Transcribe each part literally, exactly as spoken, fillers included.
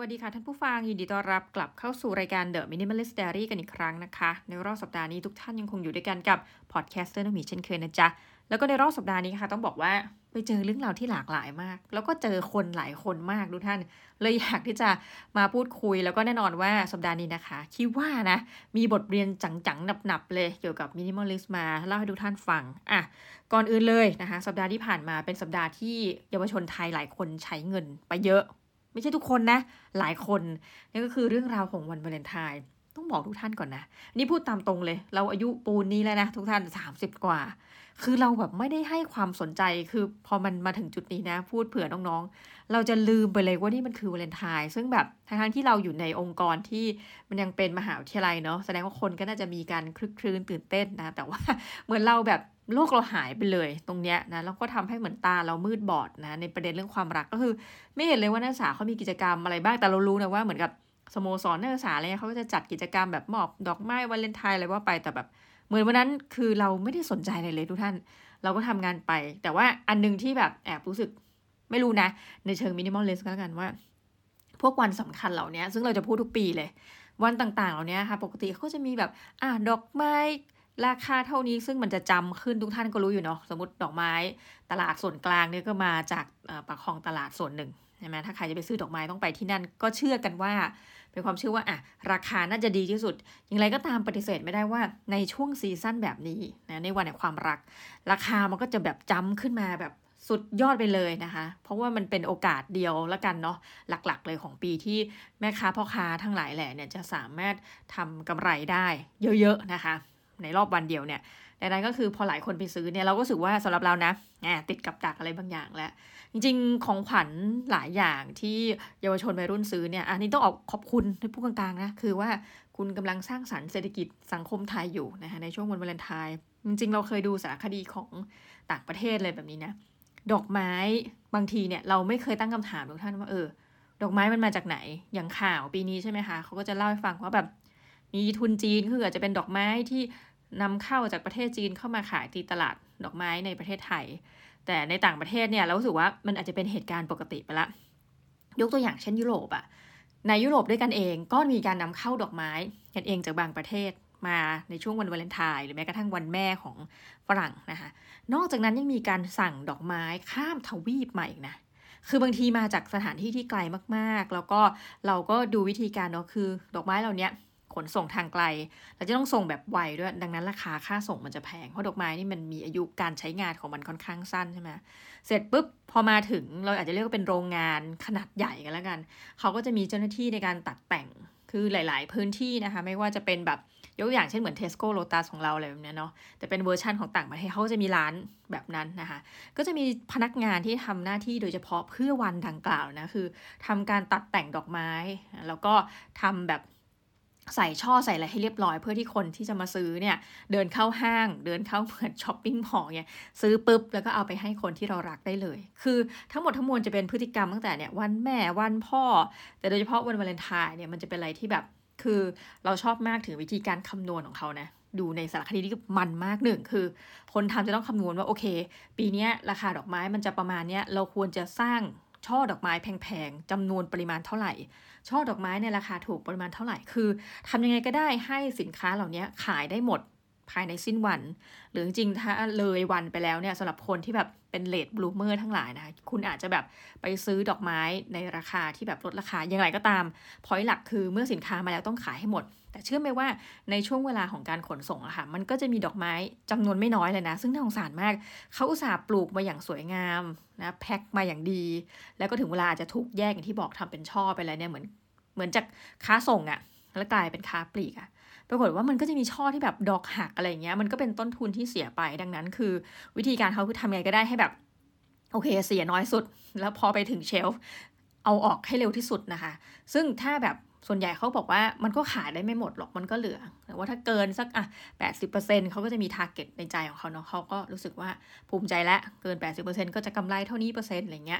วัสดีค่ะท่านผู้ฟังยินดีต้อนรับกลับเข้าสู่รายการ The Minimalist Diary กันอีกครั้งนะคะในรอบสัปดาห์นี้ทุกท่านยังคงอยู่ด้วยกันกับพอดแคสเตอร์น้องหมีเช่นเคยนะจ๊ะแล้วก็ในรอบสัปดาห์นี้ค่ะต้องบอกว่าไปเจอเรื่องราวที่หลากหลายมากแล้วก็เจอคนหลายคนมากทุกท่านเลยอยากที่จะมาพูดคุยแล้วก็แน่นอนว่าสัปดาห์นี้นะคะคิดว่านะมีบทเรียนจังๆหนับๆเลยเกี่ยวกับ Minimalist มาเล่าให้ทุกท่านฟังอ่ะก่อนอื่นเลยนะคะสัปดาห์ที่ผ่านมาเป็นสัปดาห์ที่เยาวชนไทยหลายคนใช้เงินไปเยอะไม่ใช่ทุกคนนะหลายคนนี่ก็คือเรื่องราวของวันวาเลนไทน์ต้องบอกทุกท่านก่อนนะนี่พูดตามตรงเลยเราอายุปูนนี้แล้วนะทุกท่านสามสิบกว่าคือเราแบบไม่ได้ให้ความสนใจคือพอมันมาถึงจุดนี้นะพูดเผื่อน้องๆเราจะลืมไปเลยว่านี่มันคือวาเลนไทน์ซึ่งแบบทั้งๆที่เราอยู่ในองค์กรที่มันยังเป็นมหาวิทยาลัยเนาะแสดงว่าคนก็น่าจะมีการคลึกครื้นตื่นเต้นนะแต่ว่าเหมือนเราแบบโลกเราหายไปเลยตรงเนี้ยนะแล้วก็ทำให้เหมือนตาเรามืดบอดนะในประเด็นเรื่องความรักก็คือไม่เห็นเลยว่านักศึกษาเขามีกิจกรรมอะไรบ้างแต่เรารู้นะว่าเหมือนกับสโมสรนักศึกษาอะไรเงี้ยเขาก็จะจัดกิจกรรมแบบมอบดอกไม้วาเลนไทน์อะไรว่าไปแต่แบบเหมือนวันนั้นคือเราไม่ได้สนใจอะไรเลยทุกท่านเราก็ทำงานไปแต่ว่าอันนึงที่แบบแอบรู้สึกไม่รู้นะในเชิงมินิมอลลิสต์ก็แล้วกันว่าพวกวันสำคัญเหล่านี้ซึ่งเราจะพูดทุกปีเลยวันต่างๆเหล่านี้ค่ะปกติเขาก็จะมีแบบอ่ะดอกไม้ราคาเท่านี้ซึ่งมันจะจำขึ้นทุกท่านก็รู้อยู่เนาะสมมติดอกไม้ตลาดส่วนกลางเนี่ยก็มาจากปากคลองตลาดส่วนหนึ่งใช่ไหมถ้าใครจะไปซื้อดอกไม้ต้องไปที่นั่นก็เชื่อกันว่าเป็นความเชื่อว่าอ่ะราคาน่าจะดีที่สุดอย่างไรก็ตามปฏิเสธไม่ได้ว่าในช่วงซีซั่นแบบนี้นะในวันแห่งความรักราคามันก็จะแบบจำขึ้นมาแบบสุดยอดไปเลยนะคะเพราะว่ามันเป็นโอกาสเดียวละกันเนาะหลักๆเลยของปีที่แม่ค้าพ่อค้าทั้งหลายแหล่เนี่ยจะสามารถทำกำไรได้เยอะๆนะคะในรอบวันเดียวเนี่ยดังนั้นก็คือพอหลายคนไปซื้อเนี่ยเราก็รู้สึกว่าสำหรับเรานะติดกับดักอะไรบางอย่างแล้วจริงๆของขวัญหลายอย่างที่เยาวชนวัยรุ่นซื้อเนี่ยอันนี้ต้องออกขอบคุณในผู้กลางๆนะคือว่าคุณกำลังสร้างสรรค์เศรษฐกิจสังคมไทยอยู่นะคะในช่วงวันวาเลนไทน์จริงๆเราเคยดูสารคดีของต่างประเทศเลยแบบนี้นะดอกไม้บางทีเนี่ยเราไม่เคยตั้งคำถามทุกท่านว่าเออดอกไม้มันมาจากไหนอย่างข่าวปีนี้ใช่ไหมคะเขาก็จะเล่าให้ฟังว่าแบบมีทุนจีนคืออาจจะเป็นดอกไม้ที่นำเข้าจากประเทศจีนเข้ามาขายตีตลาดดอกไม้ในประเทศไทยแต่ในต่างประเทศเนี่ยเรารู้สึกว่ามันอาจจะเป็นเหตุการณ์ปกติไปละยกตัวอย่างเช่นยุโรปอะในยุโรปด้วยกันเองก็มีการนำเข้าดอกไม้กันเองจากบางประเทศมาในช่วงวันวาเลนไทน์หรือแม้กระทั่งวันแม่ของฝรั่งนะคะนอกจากนั้นยังมีการสั่งดอกไม้ข้ามทวีปมาอีกนะคือบางทีมาจากสถานที่ที่ไกลมากๆแล้วก็เราก็ดูวิธีการเนาะคือดอกไม้เหล่านี้ขนส่งทางไกลเราจะต้องส่งแบบไวด้วยดังนั้นราคาค่าส่งมันจะแพงเพราะดอกไม้นี่มันมีอายุการใช้งานของมันค่อนข้างสั้นใช่ไหมเสร็จปุ๊บพอมาถึงเราอาจจะเรียกว่าเป็นโรงงานขนาดใหญ่กันแล้วกันเขาก็จะมีเจ้าหน้าที่ในการตัดแต่งคือหลายๆพื้นที่นะคะไม่ว่าจะเป็นแบบยกตัวอย่างเช่นเหมือน Tesco Lotus ของเราอะไรแบบนี้เนาะแต่เป็นเวอร์ชั่นของต่างประเทศเขาจะมีร้านแบบนั้นนะคะก็จะมีพนักงานที่ทำหน้าที่โดยเฉพาะเพื่อวันดังกล่าวนะคือทำการตัดแต่งดอกไม้แล้วก็ทำแบบใส่ช่อใส่อะไรให้เรียบร้อยเพื่อที่คนที่จะมาซื้อเนี่ยเดินเข้าห้างเดินเข้าเหมือนช้อปปิ้งมอลล์เนี่ยซื้อปุ๊บแล้วก็เอาไปให้คนที่เรารักได้เลยคือทั้งหมดทั้งมวลจะเป็นพฤติกรรมตั้งแต่เนี่ยวันแม่วันพ่อแต่โดยเฉพาะวันวาเลนไทน์เนี่ยมันจะเป็นอะไรที่แบบคือเราชอบมากถึงวิธีการคำนวณของเขานะดูในสารคดีที่มันมากหนึ่งคือคนทำจะต้องคำนวณว่าโอเคปีนี้ราคาดอกไม้มันจะประมาณเนี้ยเราควรจะสร้างช่อดอกไม้แพงๆจำนวนปริมาณเท่าไหร่ช่อดอกไม้ในราคาถูกปริมาณเท่าไหร่คือทำยังไงก็ได้ให้สินค้าเหล่านี้ขายได้หมดภายในสิ้นวันหรือจริงๆถ้าเลยวันไปแล้วเนี่ยสำหรับคนที่แบบเป็นเลทบลูเมอร์ทั้งหลายนะคะคุณอาจจะแบบไปซื้อดอกไม้ในราคาที่แบบลดราคาอย่างไรก็ตามพอยต์หลักคือเมื่อสินค้ามาแล้วต้องขายให้หมดแต่เชื่อไหมว่าในช่วงเวลาของการขนส่งอะค่ะมันก็จะมีดอกไม้จำนวนไม่น้อยเลยนะซึ่งน่าสงสารมากเขาอุตส่าห์ปลูกมาอย่างสวยงามนะแพ็คมาอย่างดีแล้วก็ถึงเวลาจะถูกแยกอย่างที่บอกทำเป็นช่อไปแล้วเนี่ยเหมือนเหมือนจากค้าส่งอะแล้วกลายเป็นค้าปลีกอะปรากฏว่ามันก็จะมีช่อที่แบบดอกหักอะไรเงี้ยมันก็เป็นต้นทุนที่เสียไปดังนั้นคือวิธีการเขาคือทำไงก็ได้ให้แบบโอเคเสียน้อยสุดแล้วพอไปถึงเชลฟ์เอาออกให้เร็วที่สุดนะคะซึ่งถ้าแบบส่วนใหญ่เขาบอกว่ามันก็ขายได้ไม่หมดหรอกมันก็เหลือแต่ว่าถ้าเกินสักอ่ะ แปดสิบเปอร์เซ็นต์ เขาก็จะมีทาร์เก็ตในใจของเขาเนาะเขาก็รู้สึกว่าภูมิใจแล้วเกิน แปดสิบเปอร์เซ็นต์ ก็จะกำไรเท่านี้เปอร์เซ็นต์อะไรเงี้ย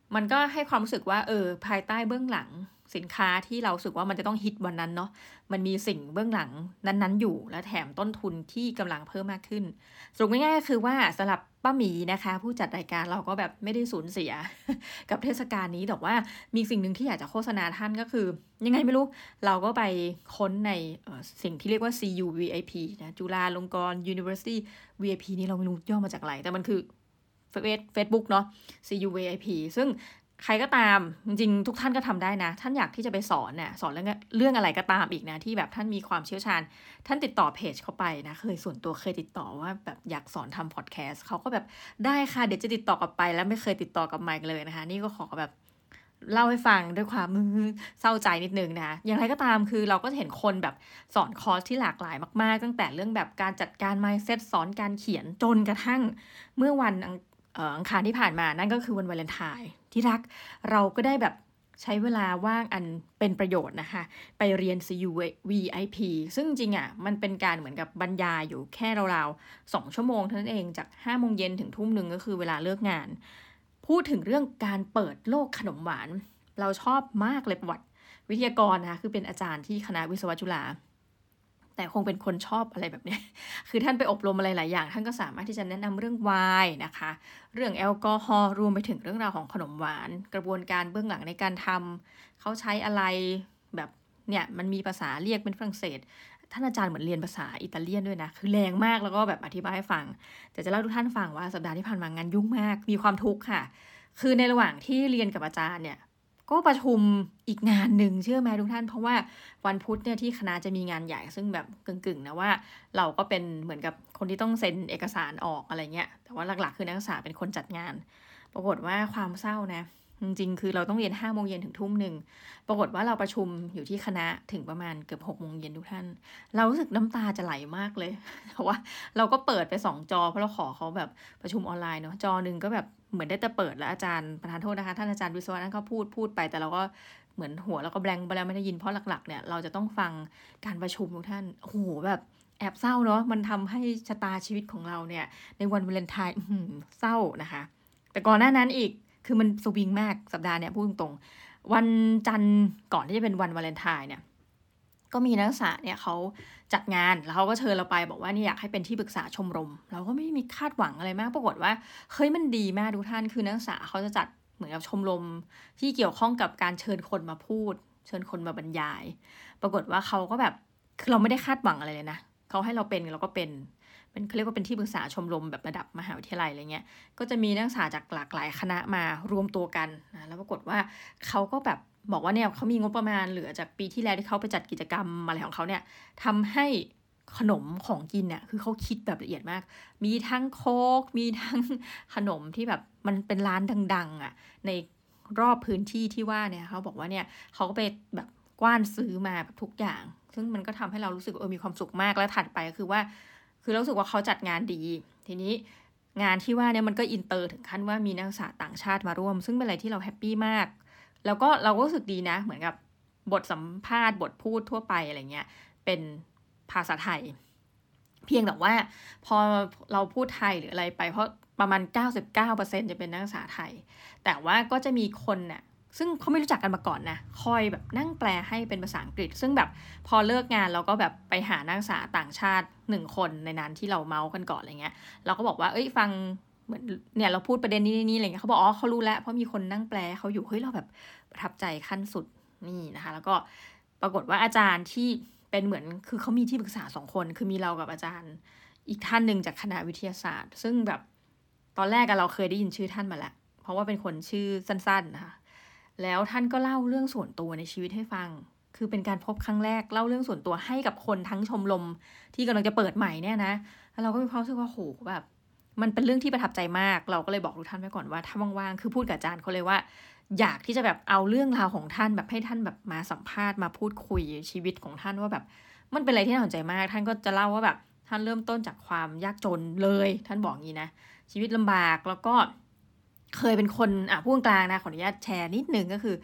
มันก็ให้ความรู้สึกว่าเออภายใต้เบื้องหลังสินค้าที่เรารู้สึกว่ามันจะต้องฮิตวันนั้นเนาะมันมีสิ่งเบื้องหลังนั้นๆอยู่และแถมต้นทุนที่กำลังเพิ่มมากขึ้นสรุปง่ายๆก็คือว่าสำหรับป้าหมีนะคะผู้จัดรายการเราก็แบบไม่ได้สูญเสีย กับเทศกาลนี้แต่ว่ามีสิ่งหนึ่งที่อยากจะโฆษณาท่านก็คือยังไงไม่รู้เราก็ไปค้นในเอ่อสิ่งที่เรียกว่า ซี ยู วี ไอ พี นะจุฬาลงกรณ์ University วี ไอ พี นี่เราไม่รู้ย่อมาจากอะไรแต่มันคือเฟซบุ๊กเนาะ ซี ยู วี ไอ พี ซึ่งใครก็ตามจริงๆทุกท่านก็ทำได้นะท่านอยากที่จะไปสอนเนี่ยสอนเรื่องเรื่องอะไรก็ตามอีกนะที่แบบท่านมีความเชี่ยวชาญท่านติดต่อเพจเข้าไปนะเคยส่วนตัวเคยติดต่อว่าแบบอยากสอนทำพอดแคสต์เขาก็แบบได้ค่ะเดี๋ยวจะติดต่อกลับไปแล้วไม่เคยติดต่อกลับมาเลยนะคะนี่ก็ขอแบบเล่าให้ฟังด้วยความเศร้าใจนิดนึงนะคะอย่างไรก็ตามคือเราก็จะเห็นคนแบบสอนคอร์สที่หลากหลายมากๆตั้งแต่เรื่องแบบการจัดการ mindset สอนการเขียนจนกระทั่งเมื่อวันอังคารที่ผ่านมานั่นก็คือวันวาเลนไทน์ที่รักเราก็ได้แบบใช้เวลาว่างอันเป็นประโยชน์นะคะไปเรียน ซี ยู วี ไอ พี ซึ่งจริงอ่ะมันเป็นการเหมือนกับบรรยายอยู่แค่ราวๆสองชั่วโมงเท่านั้นเองจากห้าโมงเย็นถึงทุ่มหนึ่งก็คือเวลาเลิกงานพูดถึงเรื่องการเปิดโลกขนมหวานเราชอบมากเลยประวัติวิทยากรนะคะคือเป็นอาจารย์ที่คณะวิศวะจุฬาแต่คงเป็นคนชอบอะไรแบบนี้คือท่านไปอบรมอะไรหลายอย่างท่านก็สามารถที่จะแนะนำเรื่องไวน์นะคะเรื่องแอลกอฮอล์รวมไปถึงเรื่องราวของขนมหวานกระบวนการเบื้องหลังในการทำเขาใช้อะไรแบบเนี่ยมันมีภาษาเรียกเป็นฝรั่งเศสท่านอาจารย์เหมือนเรียนภาษาอิตาเลียนด้วยนะคือแรงมากแล้วก็แบบอธิบายให้ฟังแต่จะเล่าทุกท่านฟังว่าสัปดาห์ที่ผ่านมางานยุ่งมากมีความทุกข์ค่ะคือในระหว่างที่เรียนกับอาจารย์เนี่ยก็ประชุมอีกงานหนึ่งเชื่อไหมทุกท่านเพราะว่าวันพุธเนี่ยที่คณะจะมีงานใหญ่ซึ่งแบบกึ่งๆนะว่าเราก็เป็นเหมือนกับคนที่ต้องเซ็นเอกสารออกอะไรเงี้ยแต่ว่าหลักๆคือนักศึกษาเป็นคนจัดงานปรากฏว่าความเศร้านะจริงๆคือเราต้องเรียนห้าโมงเย็นถึงทุ่มหนึ่งปรากฏว่าเราประชุมอยู่ที่คณะถึงประมาณเกือบหกโมงเย็นทุกท่านเรารู้สึกน้ำตาจะไหลมากเลยเพราะว่าเราก็เปิดไปสองจอเพราะเราขอเขาแบบประชุมออนไลน์เนาะจอหนึ่งก็แบบเหมือนได้แต่เปิดแล้วอาจารย์ประธานโทษนะคะท่านอาจารย์วิศวะนั่นก็พูดพูดไปแต่เราก็เหมือนหัวแล้วก็แบงค์ไปแล้วไม่ได้ยินเพราะหลักๆเนี่ยเราจะต้องฟังการประชุมทุกท่านโอ้โหแบบแอบเศร้าเนาะมันทำให้ชะตาชีวิตของเราเนี่ยในวันวาเลนไทน์เศร้านะคะแต่ก่อนหน้านั้นอีกคือมันสวิงมากสัปดาห์เนี่ยพูดตรงๆวันจันทร์ก่อนที่จะเป็นวันวาเลนไทน์เนี่ยก็มีนักศึกษาเนี่ยเขาจัดงานแล้วเขาก็เชิญเราไปบอกว่านี่อยากให้เป็นที่ปรึกษาชมรมเราก็ไม่มีคาดหวังอะไรมากปรากฏว่าเฮ้ยมันดีมากทุกท่านคือนักศึกษาเขาจะจัดเหมือนกับชมรมที่เกี่ยวข้องกับการเชิญคนมาพูดเชิญคนมาบรรยายปรากฏว่าเขาก็แบบคือเราไม่ได้คาดหวังอะไรเลยนะเขาให้เราเป็นเราก็เป็นเป็นเขาเรียกว่าเป็นที่ปรึกษาชมรมแบบระดับมหาวิทยาลัยอะไรเงี้ยก็จะมีนักศึกษาจากหลากหลายคณะมารวมตัวกันนะแล้วปรากฏว่าเขาก็แบบบอกว่าเนี่ยเขามีงบประมาณเหลือจากปีที่แล้วที่เขาไปจัดกิจกรรมอะไรของเขาเนี่ยทำให้ขนมของกินเนี่ยคือเขาคิดแบบละเอียดมากมีทั้งโค้กมีทั้งขนมที่แบบมันเป็นร้านดังๆอ่ะในรอบพื้นที่ที่ว่าเนี่ยเขาบอกว่าเนี่ยเขาก็ไปแบบกว้านซื้อมาแบบทุกอย่างซึ่งมันก็ทำให้เรารู้สึกเออมีความสุขมากแล้วถัดไปก็คือว่าคือเรารู้สึกว่าเขาจัดงานดีทีนี้งานที่ว่าเนี่ยมันก็อินเตอร์ถึงขั้นว่ามีนักศึกษาต่างชาติมาร่วมซึ่งเป็นอะไรที่เราแฮปปี้มากแล้วก็เราก็รู้สึกดีนะเหมือนกับบทสัมภาษณ์บทพูดทั่วไปอะไรเงี้ยเป็นภาษาไทยเพียงแต่ว่าพอเราพูดไทยหรืออะไรไปเพราะประมาณ เก้าสิบเก้าเปอร์เซ็นต์ จะเป็นนักศึกษาไทยแต่ว่าก็จะมีคนน่ะซึ่งเขาไม่รู้จักกันมาก่อนนะคอยแบบนั่งแปลให้เป็นภาษาอังกฤษซึ่งแบบพอเลิกงานเราก็แบบไปหานักศึกษาต่างชาติหนึ่งคนในนั้นที่เราเมาส์กันก่อนอะไรเงี้ยเราก็บอกว่าเอ้ยฟังเหมือนเนี่ยเราพูดประเด็นนี้นี่อะไรเงี้ยเขาบอกอ๋อเขารู้แล้วเพราะมีคนนั่งแปลเขาอยู่เฮ้ยเราแบบประทับใจขั้นสุดนี่นะคะแล้วก็ปรากฏว่าอาจารย์ที่เป็นเหมือนคือเขามีที่ปรึกษาสองคนคือมีเรากับอาจารย์อีกท่านหนึ่งจากคณะวิทยาศาสตร์ซึ่งแบบตอนแรกเราเคยได้ยินชื่อท่านมาแล้วเพราะว่าเป็นคนชื่อสั้นๆนะคะแล้วท่านก็เล่าเรื่องส่วนตัวในชีวิตให้ฟังคือเป็นการพบครั้งแรกเล่าเรื่องส่วนตัวให้กับคนทั้งชมรมที่กำลังจะเปิดใหม่เนี่ยนะแล้วเราก็มีความรู้สึกว่าโหแบบมันเป็นเรื่องที่ประทับใจมากเราก็เลยบอกทุกท่านไว้ก่อนว่าถ้าว่างๆคือพูดกับอาจารย์เขาเลยว่าอยากที่จะแบบเอาเรื่องราวของท่านแบบให้ท่านแบบมาสัมภาษณ์มาพูดคุยชีวิตของท่านว่าแบบมันเป็นอะไรที่น่าสนใจมากท่านก็จะเล่าว่าแบบท่านเริ่มต้นจากความยากจนเลยท่านบอกงี้นะชีวิตลำบากแล้วก็เคยเป็นคนอ่ะพูดกลางนะขออนุญาตแชร์นิดนึงก็คือ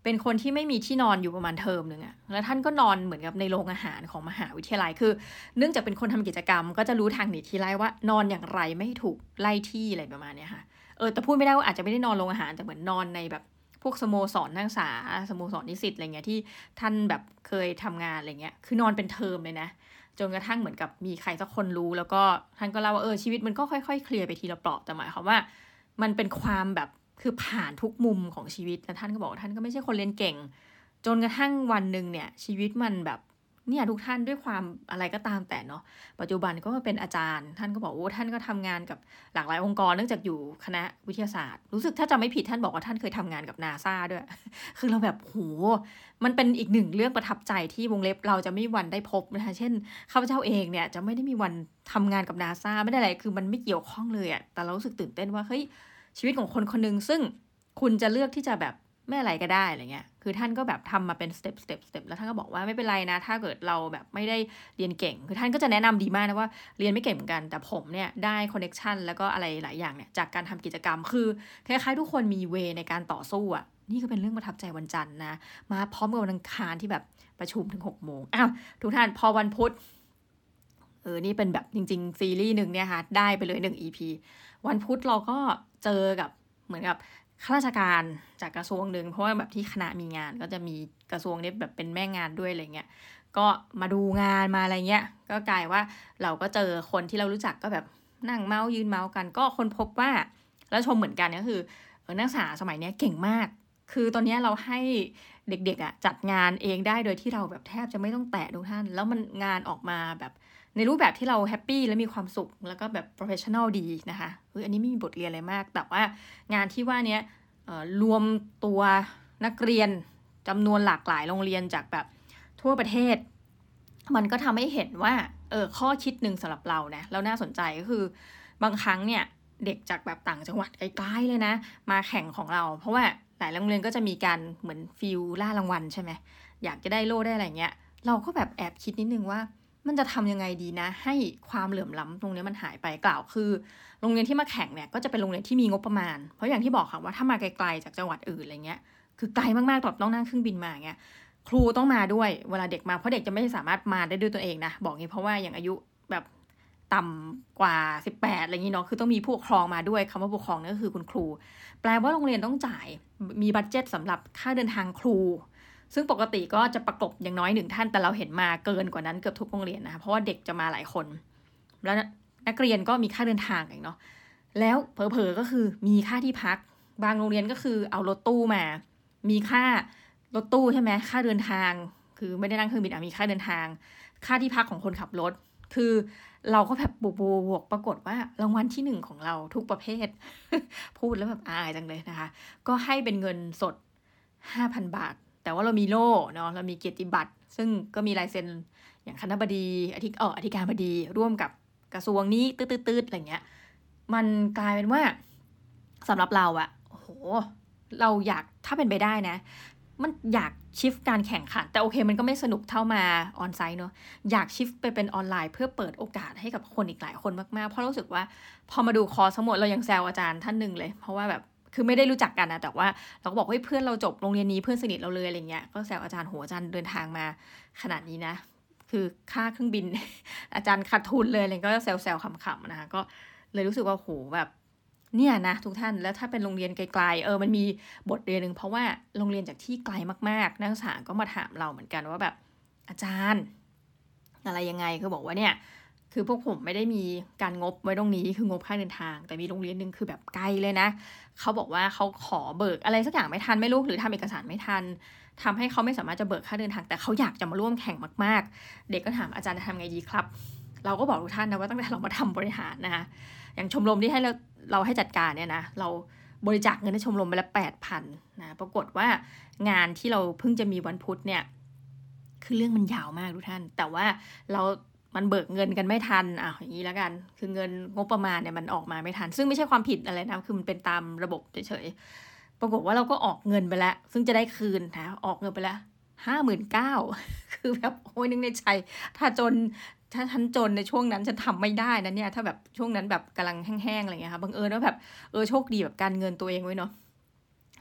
เป็นคนที่ไม่มีที่นอนอยู่ประมาณเทอมนึงอะแล้วท่านก็นอนเหมือนกับในโรงอาหารของมหาวิทยาลัยคือเนื่องจากเป็นคนทำกิจกรรมก็จะรู้ทางหนีทีไล่ว่านอนอย่างไรไม่ถูกไล่ที่อะไรประมาณนี้ค่ะเออแต่พูดไม่ได้ว่าอาจจะไม่ได้นอนโรงอาหารแต่เหมือนนอนในแบบพวกสโมสรนักศึกษาสโมสรนิสิตอะไรเงี้ยที่ท่านแบบเคยทำงานอะไรเงี้ยคือนอนเป็นเทอมเลยนะจนกระทั่งเหมือนกับมีใครสักคนรู้แล้วก็ท่านก็เล่าว่าเออชีวิตมันก็ค่อยๆเคลียร์ไปทีละเปราะแต่หมายความว่ามันเป็นความแบบคือผ่านทุกมุมของชีวิตแล้วท่านก็บอกว่าท่านก็ไม่ใช่คนเรียนเก่งจนกระทั่งวันหนึ่งเนี่ยชีวิตมันแบบเนี่ยทุกท่านด้วยความอะไรก็ตามแต่เนาะปัจจุบันก็มาเป็นอาจารย์ท่านก็บอกว่าท่านก็ทำงานกับหลากหลายองค์กรเนื่องจากอยู่คณะวิทยาศาสตร์รู้สึกถ้าจำไม่ผิดท่านบอกว่าท่านเคยทำงานกับ NASA ด้วย คือเราแบบโหมันเป็นอีกหนึ่งเรื่องประทับใจที่วงเล็บเราจะไม่มีวันได้พบนะคะเช่นข้าพเจ้าเองเนี่ยจะไม่ได้มีวันทำงานกับ NASA ไม่ได้อะไรคือมันไม่เกี่ยวข้องเลยอะแต่เรารู้สึกตื่นเต้นว่าเฮ้ยชีวิตของคนคนนึงซึ่งคุณจะเลือกที่จะแบบไม่อะไรก็ได้อะไรเงี้ยคือท่านก็แบบทำมาเป็นสเต็ปสเต็ปสเต็ปแล้วท่านก็บอกว่าไม่เป็นไรนะถ้าเกิดเราแบบไม่ได้เรียนเก่งคือท่านก็จะแนะนำดีมากนะว่าเรียนไม่เก่งเหมือนกันแต่ผมเนี่ยได้คอนเนคชั่นแล้วก็อะไรหลายอย่างเนี่ยจากการทำกิจกรรมคือคล้ายๆทุกคนมีเวในการต่อสู้อะนี่ก็เป็นเรื่องประทับใจวันจันทร์นะมาพร้อมกับวันอังคารที่แบบประชุมถึงหกโมงอ้าวทุกท่านพอวันพุธเออนี่เป็นแบบจริงๆซีรีส์หนึ่งเนี่ยค่ะได้ไปเลยหนึ่ง อี พี วันพุธเราก็เจอกับเหมือนกับข้าราชการจากกระทรวงหนึ่งเพราะว่าแบบที่คณะมีงานก็จะมีกระทรวงนี้แบบเป็นแม่งานด้วยอะไรเงี้ยก็มาดูงานมาอะไรเงี้ยก็กลายว่าเราก็เจอคนที่เรารู้จักก็แบบนั่งเมาส์ยืนเมาส์กันก็คนพบว่าแล้วชมเหมือนกันก็คือเออนักศึกษาสมัยนี้เก่งมากคือตอนนี้เราให้เด็กๆอ่ะจัดงานเองได้โดยที่เราแบบแทบจะไม่ต้องแตะทุกท่านแล้วมันงานออกมาแบบในรูปแบบที่เราแฮปปี้และมีความสุขแล้วก็แบบโปรเฟชชั่นอลดีนะคะเฮ้ยอันนี้ไม่มีบทเรียนอะไรมากแต่ว่างานที่ว่านี้รวมตัวนักเรียนจำนวนหลากหลายโรงเรียนจากแบบทั่วประเทศมันก็ทำให้เห็นว่าเออข้อคิดหนึ่งสำหรับเรานะแล้วน่าสนใจก็คือบางครั้งเนี่ยเด็กจากแบบต่างจังหวัดไกลๆเลยนะมาแข่งของเราเพราะว่าหลายโรงเรียนก็จะมีการเหมือนฟิลล่ารางวัลใช่ไหมอยากจะได้โล่ได้อะไรเงี้ยเราก็แบบแอบคิดนิดนึงว่ามันจะทำยังไงดีนะให้ความเหลื่อมล้ำตรงนี้มันหายไปกล่าวคือโรงเรียนที่มาแข่งเนี่ยก็จะเป็นโรงเรียนที่มีงบประมาณเพราะอย่างที่บอกค่ะว่าถ้ามาไกลๆจากจังหวัดอื่นอะไรเงี้ยคือไกลมากๆแบบต้องนั่งเครื่องบินมาเงี้ยครูต้องมาด้วยเวลาเด็กมาเพราะเด็กจะไม่สามารถมาได้ด้วยตัวเองนะบอกงี้เพราะว่าอย่างอายุแบบต่ำกว่าสิบแปดอะไรอย่างนี้เนาะคือต้องมีผู้ปกครองมาด้วยคำว่าผู้ปกครองนั่นก็คือคุณครูแปลว่าโรงเรียนต้องจ่ายมีบัดเจ็ตสำหรับค่าเดินทางครูซึ่งปกติก็จะประกบอย่างน้อยหนึ่งท่านแต่เราเห็นมาเกินกว่านั้นเกือบทุกโรงเรียนนะคะเพราะว่าเด็กจะมาหลายคนแล้วนักเรียนก็มีค่าเดินทางอีกเนาะแล้วเผลอๆก็คือมีค่าที่พักบางโรงเรียนก็คือเอารถตู้มามีค่ารถตู้ใช่ไหมค่าเดินทางคือไม่ได้นั่งเครื่องบินอ่ะมีค่าเดินทางค่าที่พักของคนขับรถคือเราก็แบบบวกบวกปรากฏว่ารางวัลที่หนึ่งของเราทุกประเภท พูดแล้วแบบอายจังเลยนะคะก็ให้เป็นเงินสด ห้าพัน บาทแต่ว่าเรามีโล่เนาะเรามีเกียรติบัตรซึ่งก็มีลายเซ็นอย่างคณบดีอธิเอออธิการบดีร่วมกับกระทรวงนี้ตืดๆๆอะไรเงี้ยมันกลายเป็นว่าสำหรับเราอะโอ้โหเราอยากถ้าเป็นไปได้นะมันอยากชิฟการแข่งขันแต่โอเคมันก็ไม่สนุกเท่ามาออนไซต์เนาะอยากชิฟไปเป็นออนไลน์เพื่อเปิดโอกาสให้กับคนอีกหลายคนมากๆเพราะรู้สึกว่าพอมาดูคอร์สทั้งหมดเรายังแซวอาจารย์ท่านหนึ่งเลยเพราะว่าแบบคือไม่ได้รู้จักกันนะแต่ว่าเราก็บอกว่าเพื่อนเราจบโรงเรียนนี้เพื่อนสนิทเราเลยอะไรเงี้ยก็แซวอาจารย์โหอาจารย์เดินทางมาขนาดนี้นะคือค่าเครื่องบิน อาจารย์ขาดทุนเลยอะไรก็แซวๆขำๆนะคะก็เลยรู้สึกว่าโหแบบเนี่ยนะทุกท่านแล้วถ้าเป็นโรงเรียนไกลๆเออมันมีบทเรียนนึงเพราะว่าโรงเรียนจากที่ไกลมากๆนักศึกษาก็มาถามเราเหมือนกันว่าแบบอาจารย์อะไรยังไงคือบอกว่าเนี่ยคือพวกผมไม่ได้มีการงบไว้ตรงนี้คืองบค่าเดินทางแต่มีโรงเรียนนึงคือแบบไกลเลยนะเขาบอกว่าเขาขอเบิกอะไรสักอย่างไม่ทันไม่รู้หรือทำเอกสารไม่ทันทำให้เขาไม่สามารถจะเบิกค่าเดินทางแต่เขาอยากจะมาร่วมแข่งมากๆเด็กก็ถามอาจารย์จะทำไงดีครับเราก็บอกทุกท่านนะว่าตั้งแต่เรามาทำบริหารนะคะอย่างชมรมที่ให้เราเราให้จัดการเนี่ยนะเราบริจาคเงินให้ชมรมไปละแปดพันนะปรากฏว่างานที่เราเพิ่งจะมีวันพุธเนี่ยคือเรื่องมันยาวมากทุกท่านแต่ว่าเรามันเบิกเงินกันไม่ทันอ่ะอย่างนี้แล้วกันคือเงินงบประมาณเนี่ยมันออกมาไม่ทันซึ่งไม่ใช่ความผิดอะไรนะคือมันเป็นตามระบบเฉยๆปรากฏว่าเราก็ออกเงินไปแล้วซึ่งจะได้คืนนะออกเงินไปแล้วห้าหมื่นเก้าคือแบบโอ้ยนึกในใจถ้าจนถ้าฉันจนในช่วงนั้นฉันทำไม่ได้นะเนี่ยถ้าแบบช่วงนั้นแบบกำลังแห้งๆอะไรเงี้ยค่ะบังเอิญว่าแบบเออโชคดีแบบการเงินตัวเองไว้เนาะ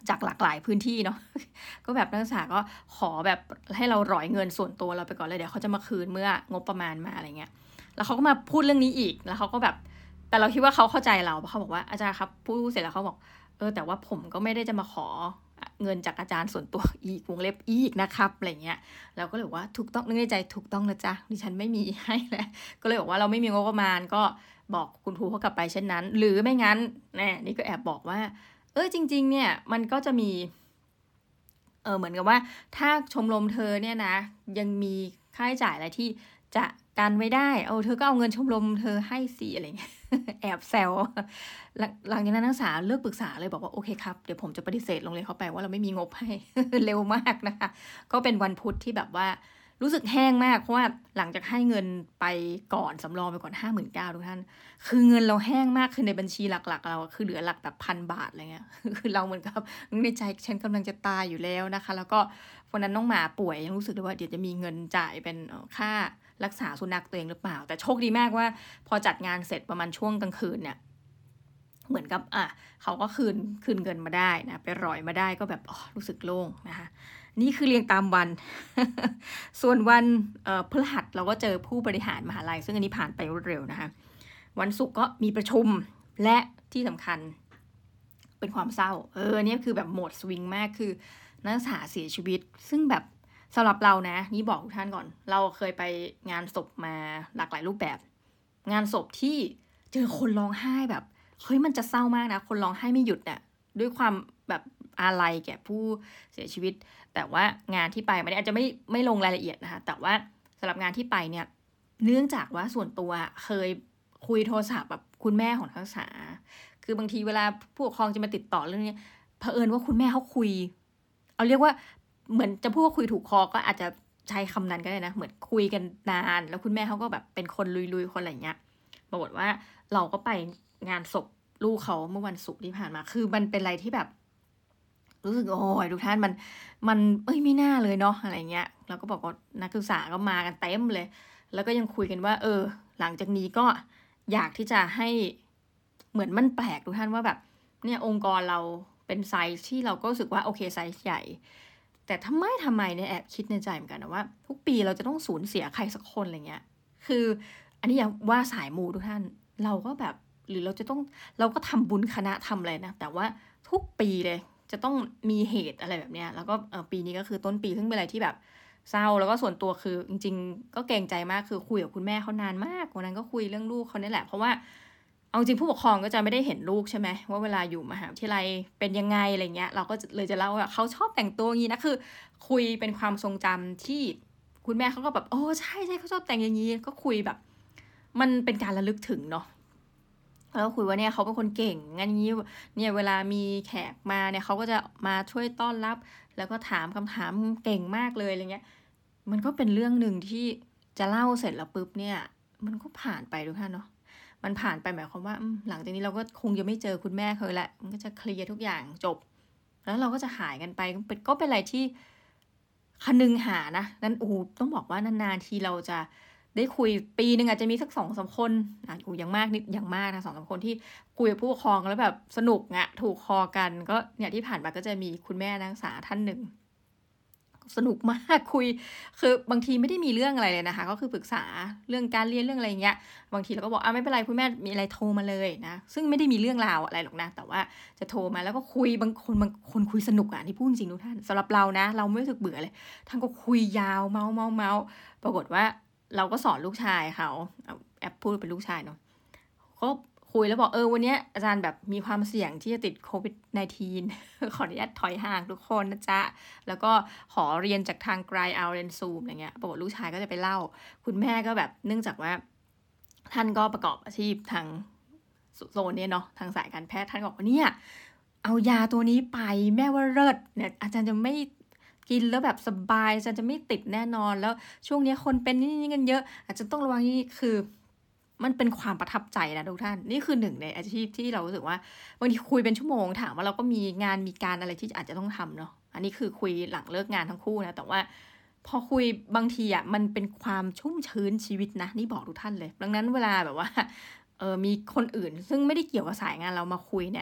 จากหลากหลายพื้นที่เนาะ ก็แบบนักศึกษาก็ขอแบบให้เราร้อยเงินส่วนตัวเราไปก่อนเลยเดี๋ยวเขาจะมาคืนเมื่องบประมาณมาอะไรเงี้ยแล้วเขาก็มาพูดเรื่องนี้อีกแล้วเขาก็แบบแต่เราคิดว่าเขาเข้าใจเราเพราะเขาบอกว่าอาจารย์ครับพูดเสร็จแล้วเขาบอกเออแต่ว่าผมก็ไม่ได้จะมาขอเงินจากอาจารย์ส่วนตัวอีกวงเล็บอีกนะครับอะไรเงี้ยเราก็เลยบอกว่าถูกต้องนึกในใจถูกต้องนะจ๊ะดิฉันไม่มีให้แล้วก็เลยบอกว่าเราไม่มีงบประมาณก็บอกคุณครูเขากลับไปเช่นนั้นหรือไม่งั้นแน่นี่ก็แอบบอกว่าเออจริงๆเนี่ยมันก็จะมีเออเหมือนกับว่าถ้าชมรมเธอเนี่ยนะยังมีค่าใช้จ่ายอะไรที่จะกันไว้ได้เออเธอก็เอาเงินชมรมเธอให้สิอะไรเงี้ย แอบแซวหลังจากนั้นนักศึกษาเลิกปรึกษาเลยบอกว่าโอเคครับเดี๋ยวผมจะปฏิเสธโรงเรียนเขาไปว่าเราไม่มีงบให้ เร็วมากนะคะก็เป็นวันพุธที่แบบว่ารู้สึกแห้งมากเพราะว่าหลังจากให้เงินไปก่อนสำรองไปก่อนห้าหมื่นเก้าทุกท่านคือเงินเราแห้งมากคือในบัญชีหลักๆเราคือเหลือหลักแบบพันบาทอะไรเงี้ย คือเราเหมือนกับในใจฉันกำลังจะตายอยู่แล้วนะคะแล้วก็วันนั้นน้องหมาป่วยยังรู้สึกเลยว่าเดี๋ยวจะมีเงินจ่ายเป็นค่ารักษาสุนัขตัวเองหรือเปล่าแต่โชคดีมากว่าพอจัดงานเสร็จประมาณช่วงกลางคืนเนี่ยเหมือนกับอ่ะเขาก็คืนคืนเงินมาได้นะไปร่อยมาได้ก็แบบอ๋อรู้สึกโล่งนะคะนี่คือเรียงตามวัน ส่วนวันพฤหัสเราก็เจอผู้บริหารมหาลัยซึ่งอันนี้ผ่านไปรวดเร็วนะคะวันศุกร์ก็มีประชุมและที่สำคัญเป็นความเศร้าเออเนี่ยคือแบบโหมดสวิงมากคือนักศึกษาเสียชีวิตซึ่งแบบสำหรับเรานะนี่บอกทุกท่านก่อนเราเคยไปงานศพมาหลากหลายรูปแบบงานศพที่เจอคนร้องไห้แบบเฮ้ยมันจะเศร้ามากนะคนร้องไห้ไม่หยุดน่ะด้วยความแบบอาลัยแก่ผู้เสียชีวิตแต่ว่างานที่ไปไม่ได้อาจจะไม่ไม่ลงรายละเอียดนะคะแต่ว่าสำหรับงานที่ไปเนี่ยเนื่องจากว่าส่วนตัวเคยคุยโทรศัพท์แบบคุณแม่ของนักศึกษาคือบางทีเวลาผู้ปกครองจะมาติดต่อเรื่องนี้เผอิญว่าคุณแม่เขาคุยเอาเรียกว่าเหมือนจะพูดว่าคุยถูกคอก็อาจจะใช้คำนั้นก็ได้นะเหมือนคุยกันนานแล้วคุณแม่เขาก็แบบเป็นคนลุยๆคนอะไรเงี้ยปรากฏว่าเราก็ไปงานศพลูกเขาเมื่อวันศุกร์ที่ผ่านมาคือมันเป็นอะไรที่แบบรู้สึกโอ้ยทุกท่านมันมันเอ้ยไม่น่าเลยเนาะอะไรเงี้ยแล้วก็บอกว่านักศึกษาก็มากันเต็มเลยแล้วก็ยังคุยกันว่าเออหลังจากนี้ก็อยากที่จะให้เหมือนมันแปลกทุกท่านว่าแบบเนี่ยองค์กรเราเป็นไซส์ที่เราก็รู้สึกว่าโอเคไซส์ใหญ่แต่ทำไมทำไมเนี่ยแอบคิดในใจเหมือนกันนะว่าทุกปีเราจะต้องสูญเสียใครสักคนอะไรเงี้ยคืออันนี้อย่าว่าสายมูทุกท่านเราก็แบบหรือเราจะต้องเราก็ทำบุญคณะทำอะไรนะแต่ว่าทุกปีเลยจะต้องมีเหตุอะไรแบบเนี้ยแล้วก็ปีนี้ก็คือต้นปีซึ่งเป็นอะไรที่แบบเศร้าแล้วก็ส่วนตัวคือจริงๆก็เกรงใจมากคือคุยกับคุณแม่เขานานมากวันนั้นก็คุยเรื่องลูกเขาเนี่ยแหละเพราะว่าเอาจริงผู้ปกครองก็จะไม่ได้เห็นลูกใช่ไหมว่าเวลาอยู่มหาวิทยาลัยเป็นยังไงอะไรเงี้ยเราก็เลยจะเล่าว่าเขาชอบแต่งตัวอย่างนี้นะคือคุยเป็นความทรงจำที่คุณแม่เขาก็แบบโอ้ใช่ใช่เขาชอบแต่งอย่างนี้ก็คุยแบบมันเป็นการระลึกถึงเนาะแล้วคุยว่าเนี่ยเขาเป็นคนเก่งงั้นงี้เนี่ยเวลามีแขกมาเนี่ยเขาก็จะมาช่วยต้อนรับแล้วก็ถามคำถามเก่งมากเลยอะไรเงี้ยมันก็เป็นเรื่องหนึ่งที่จะเล่าเสร็จแล้วปุ๊บเนี่ยมันก็ผ่านไปทุกท่านเนาะมันผ่านไปหมายความว่าหลังจากนี้เราก็คงจะไม่เจอคุณแม่เคยแหละมันก็จะเคลียร์ทุกอย่างจบแล้วเราก็จะหายกันไปก็เป็นอะไรที่คนึงหานะนั้นโอ้ต้องบอกว่านานๆทีเราจะได้คุยปีนึงอาจจะมีสักสองสามคนอ่ะกูอย่างมากนิดอย่างมากนะสองสามคนที่คุยกับผู้ปกครองแล้วแบบสนุกอ่ะถูกคอกันก็เนี่ยที่ผ่านมาก็จะมีคุณแม่นักศึกษาท่านหนึ่งสนุกมากคุยคือบางทีไม่ได้มีเรื่องอะไรเลยนะคะก็คือปรึกษาเรื่องการเรียนเรื่องอะไรเงี้ยบางทีเราก็บอกอ่ะไม่เป็นไรคุณแม่มีอะไรโทรมาเลยนะซึ่งไม่ได้มีเรื่องราวอะไรหรอกนะแต่ว่าจะโทรมาแล้วก็คุยบางคนบางคนคุยสนุกอ่ะที่พูดจริงทุกท่านสำหรับเรานะเราไม่รู้สึกเบื่อเลยท่านก็คุยยาวเมาเมาเมาปรากฏว่าเราก็สอนลูกชายเขาแอปพูดเป็นลูกชายเนาะก็คุยแล้วบอกเออวันนี้อาจารย์แบบมีความเสี่ยงที่จะติดโควิด สิบเก้า ขออนุญาตถอยห่างทุกคนนะจ๊ะแล้วก็ขอเรียนจากทางไกลเอาเรียนซูมอะไรเงี้ยปรากฏลูกชายก็จะไปเล่าคุณแม่ก็แบบเนื่องจากว่าท่านก็ประกอบอาชีพทางโซนนี้เนาะทางสายการแพทย์ท่านบอกว่าเนี่ยเอายาตัวนี้ไปแม่ว่าเลิศเนี่ยอาจารย์จะไม่กินแล้วแบบสบายอาจารย์จะไม่ติดแน่นอนแล้วช่วงนี้คนเป็นนี่กันเยอะอาจจะต้องระวังนี่คือมันเป็นความประทับใจนะทุกท่านนี่คือหนึ่งในอาชีพที่เรารู้สึกว่าบางทีคุยเป็นชั่วโมงถามว่าเราก็มีงานมีการอะไรที่อาจจะต้องทำเนาะอันนี้คือคุยหลังเลิกงานทั้งคู่นะแต่ว่าพอคุยบางทีอ่ะมันเป็นความชุ่มชื้นชีวิตนะนี่บอกทุกท่านเลยดังนั้นเวลาแบบว่าเออมีคนอื่นซึ่งไม่ได้เกี่ยวกับสายงานเรามาคุยเนี่ย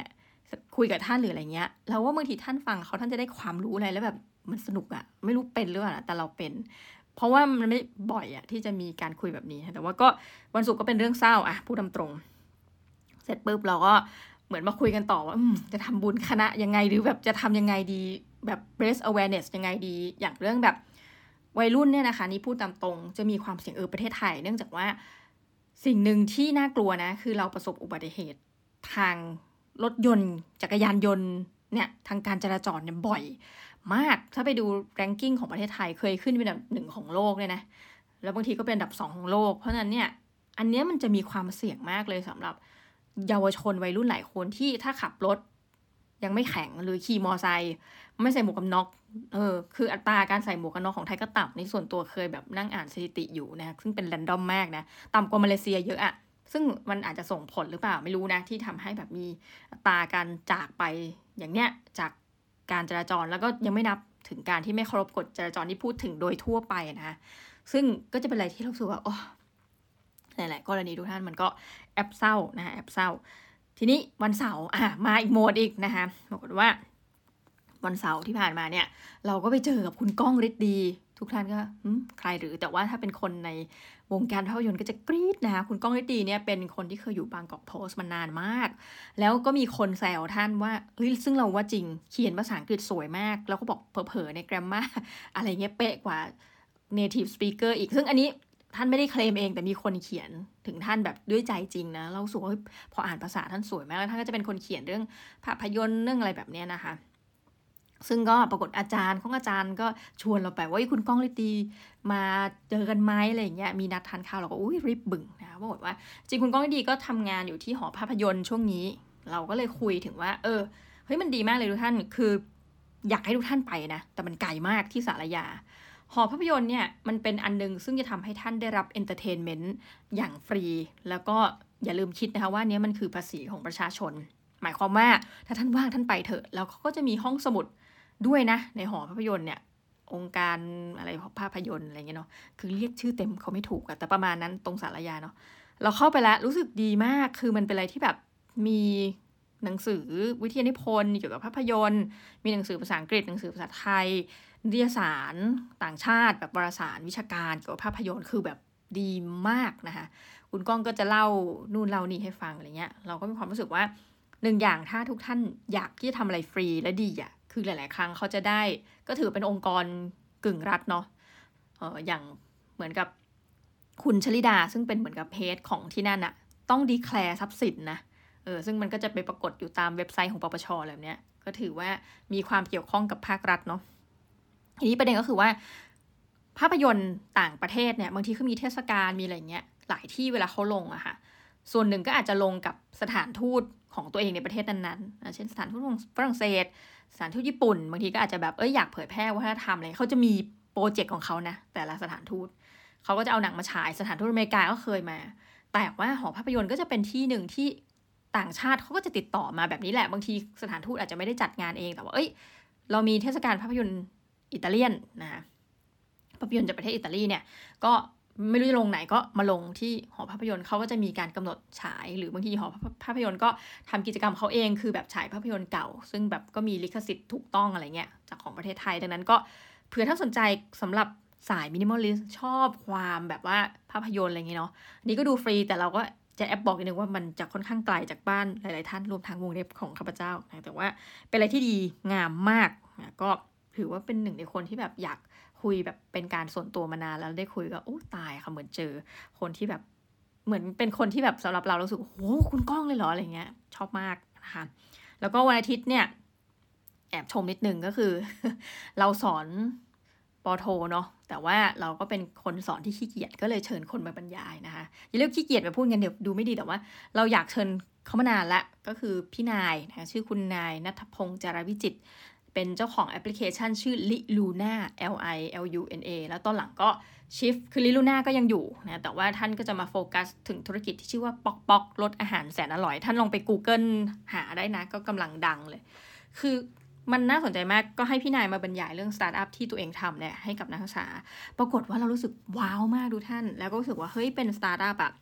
คุยกับท่านหรืออะไรเงี้ยแล้วว่าบางทีท่านฟังเขาท่านจะได้ความรู้อะไรแล้วแบบมันสนุกอะไม่รู้เป็นหรือเปล่านะแต่เราเป็นเพราะว่ามันไม่บ่อยอะที่จะมีการคุยแบบนี้แต่ว่าก็วันศุกร์ก็เป็นเรื่องเศร้าอะพูดตามตรงเสร็จปุ๊บเราก็เหมือนมาคุยกันต่อว่าจะทำบุญคณะยังไงหรือแบบจะทำยังไงดีแบบ raise awareness ยังไงดีอย่างเรื่องแบบวัยรุ่นเนี่ยนะคะนี่พูดตามตรงจะมีความเสี่ยงเออประเทศไทยเนื่องจากว่าสิ่งหนึ่งที่น่ากลัวนะคือเราประสบอุบัติเหตุทางรถยนต์จักรยานยนต์เนี่ยทางการจราจรเนี่ยบ่อยมากถ้าไปดู ranking ของประเทศไทยเคยขึ้นเป็นอันดับหนึ่งของโลกเลยนะแล้วบางทีก็เป็นอันดับสองของโลกเพราะฉะนั้นเนี่ยอันนี้มันจะมีความเสี่ยงมากเลยสำหรับเยาวชนวัยรุ่นหลายคนที่ถ้าขับรถยังไม่แข็งหรือขี่มอไซค์ไม่ใส่หมวกกันน็อกเออคืออัตราการใส่หมวกกันน็อกของไทยก็ต่ำในส่วนตัวเคยแบบนั่งอ่านสถิติอยู่นะซึ่งเป็นแรนดอมมากนะต่ำกว่ามาเลเซียเยอะอะซึ่งมันอาจจะส่งผลหรือเปล่าไม่รู้นะที่ทำให้แบบมีอัตราการจากไปอย่างเนี้ยจากการจราจรแล้วก็ยังไม่นับถึงการที่ไม่เคารพกฎจราจรที่พูดถึงโดยทั่วไปนะคะซึ่งก็จะเป็นอะไรที่เราสึกว่าโอ้หลายๆกรณีทุกท่านมันก็แอบเศร้านะคะแอบเศร้าทีนี้วันเสาร์อ่ะมาอีกโหมดอีกนะคะบอกว่าวันเสาร์ที่ผ่านมาเนี่ยเราก็ไปเจอกับคุณก้องฤทธิ์ดีทุกท่านก็ใครหรือแต่ว่าถ้าเป็นคนในวงการภาพยนตร์ก็จะกรี๊ดนะคะคุณก้องฤทธิ์ดีเนี่ยเป็นคนที่เคยอยู่บางกอกโพสต์มานานมากแล้วก็มีคนแซวท่านว่าเฮ้ยซึ่งเราว่าจริงเขียนภาษาอังกฤษสวยมากแล้วก็บอกเผลอๆในแกรมมาอะไรเงี้ยเป๊ะกว่า native speaker อีกซึ่งอันนี้ท่านไม่ได้เคลมเองแต่มีคนเขียนถึงท่านแบบด้วยใจจริงนะเราสูว่าพออ่านภาษาท่านสวยมากแล้วท่านก็จะเป็นคนเขียนเรื่องภาพยนตร์เรื่องอะไรแบบนี้นะคะซึ่งก็ปรากฏอาจารย์ของอาจารย์ก็ชวนเราไปว่าคุณก้องฤทธิ์ดีมาเจอกันไหมอะไรอย่างเงี้ยมีนัดทานข้าวเราก็อุ้ยรีบบึ่งนะบอกว่าจริงคุณก้องฤทธิ์ดีก็ทำงานอยู่ที่หอภาพยนตร์ช่วงนี้เราก็เลยคุยถึงว่าเออเฮ้ยมันดีมากเลยทุกท่านคืออยากให้ทุกท่านไปนะแต่มันไกลมากที่สารยาหอภาพยนตร์เนี่ยมันเป็นอันนึงซึ่งจะทำให้ท่านได้รับเอนเตอร์เทนเมนต์อย่างฟรีแล้วก็อย่าลืมคิดนะคะว่านี้มันคือภาษีของประชาชนหมายความว่าถ้าท่านว่างท่านไปเถอะแล้วเขาก็จะมีห้องสมุดด้วยนะในหอภาพยนตร์เนี่ยองค์การอะไรภาพยนตร์อะไรเงี้ยเนาะคือเรียกชื่อเต็มเขาไม่ถูกอะแต่ประมาณนั้นตรงสารยาเนาะเราเข้าไปแล้วรู้สึกดีมากคือมันเป็นอะไรที่แบบมีหนังสือวิทยานิพนธ์เกี่ยวกับภาพยนตร์มีหนังสือภาษาอังกฤษหนังสือภาษาไทยนิตยสารต่างชาติแบบวารสารวิชาการเกี่ยวกับภาพยนตร์คือแบบดีมากนะคะคุณก้องก็จะเล่านู่นเล่านี่ให้ฟังอะไรเงี้ยเราก็มีความรู้สึกว่าหนึ่งอย่างถ้าทุกท่านอยากที่จะทำอะไรฟรีและดีอ่ะคือหลายๆครั้งเขาจะได้ก็ถือเป็นองค์กรกึ่งรัฐเนาะเอออย่างเหมือนกับคุณชลิดาซึ่งเป็นเหมือนกับเพจของที่นั่นอะต้องดีแคลร์ทรัพย์สินนะเออซึ่งมันก็จะไปปรากฏอยู่ตามเว็บไซต์ของปปชอะไรแบบเนี้ยก็ถือว่ามีความเกี่ยวข้องกับภาครัฐเนาะทีนี้ประเด็นก็คือว่าภาพยนตร์ต่างประเทศเนี่ยบางทีเขามีเทศกาลมีอะไรเงี้ยหลายที่เวลาเขาลงอะค่ะส่วนหนึ่งก็อาจจะลงกับสถานทูตของตัวเองในประเทศนั้นๆเช่นสถานทูตฝรั่งเศสสถานทูตญี่ปุ่นบางทีก็อาจจะแบบเอ้ยอยากเผยแพร่วัฒนธรรมอะไรเขาจะมีโปรเจกต์ของเขานะแต่ละสถานทูตเขาก็จะเอาหนังมาฉายสถานทูตอเมริกาก็เคยมาแต่ว่าหอภาพยนตร์ก็จะเป็นที่หนึ่งที่ต่างชาติเขาก็จะติดต่อมาแบบนี้แหละบางทีสถานทูตอาจจะไม่ได้จัดงานเองแต่ว่าเอ้ยเรามีเทศกาลภาพยนตร์อิตาเลียนนะคะภาพยนตร์จากประเทศอิตาลีเนี่ยก็ไม่รู้จะลงไหนก็มาลงที่หอภาพยนตร์เขาก็จะมีการกำหนดฉายหรือบางทีหอภาพยนตร์ก็ทำกิจกรรมเขาเองคือแบบฉายภาพยนตร์เก่าซึ่งแบบก็มีลิขสิทธิ์ถูกต้องอะไรเงี้ยจากของประเทศไทยดังนั้นก็เผื่อถ้าสนใจสำหรับสายมินิมอลลิสต์ชอบความแบบว่าภาพยนตร์อะไรเงี้ยเนาะนี่ก็ดูฟรีแต่เราก็จะแอบบอกอีกนึงว่ามันจะค่อนข้างไกลจากบ้านหลายๆท่านรวมทั้งวงเล็บของข้าพเจ้านะแต่ว่าเป็นอะไรที่ดีงามมากนะก็ถือว่าเป็นหนึ่งในคนที่แบบอยากคุยแบบเป็นการส่วนตัวมานานแล้วได้คุยก็โอ้ตายค่ะเหมือนเจอคนที่แบบเหมือนเป็นคนที่แบบสำหรับเรารู้สึกโอ้คุณก้องเลยเหรออะไรเงี้ยชอบมากนะคะแล้วก็วันอาทิตย์เนี่ยแอบชมนิดนึงก็คือ เราสอนปอโทเนาะแต่ว่าเราก็เป็นคนสอนที่ขี้เกียจก็เลยเชิญคนมาบรรยายนะคะอย่าเรียกขี้เกียจไปพูดกันเดี๋ยวดูไม่ดีแต่ว่าเราอยากเชิญเขามานานละก็คือพี่นายนะคะชื่อคุณนายณัฐพงษ์จารวิจิตรเป็นเจ้าของแอปพลิเคชันชื่อ Liluna L I L U N A แล้วตอนหลังก็ชิฟคือ Liluna ก็ยังอยู่นะแต่ว่าท่านก็จะมาโฟกัสถึงธุรกิจที่ชื่อว่าป๊อกป๊อกรสอาหารแสนอร่อยท่านลองไป Google หาได้นะก็กำลังดังเลยคือมันน่าสนใจมากก็ให้พี่นายมาบรรยายเรื่องสตาร์ทอัพที่ตัวเองทำเนี่ยให้กับนักศึกษาปรากฏว่าเรารู้สึกว้าวมากดูท่านแล้วก็รู้สึกว่าเฮ้ยเป็นสตาร์ทอัพอะ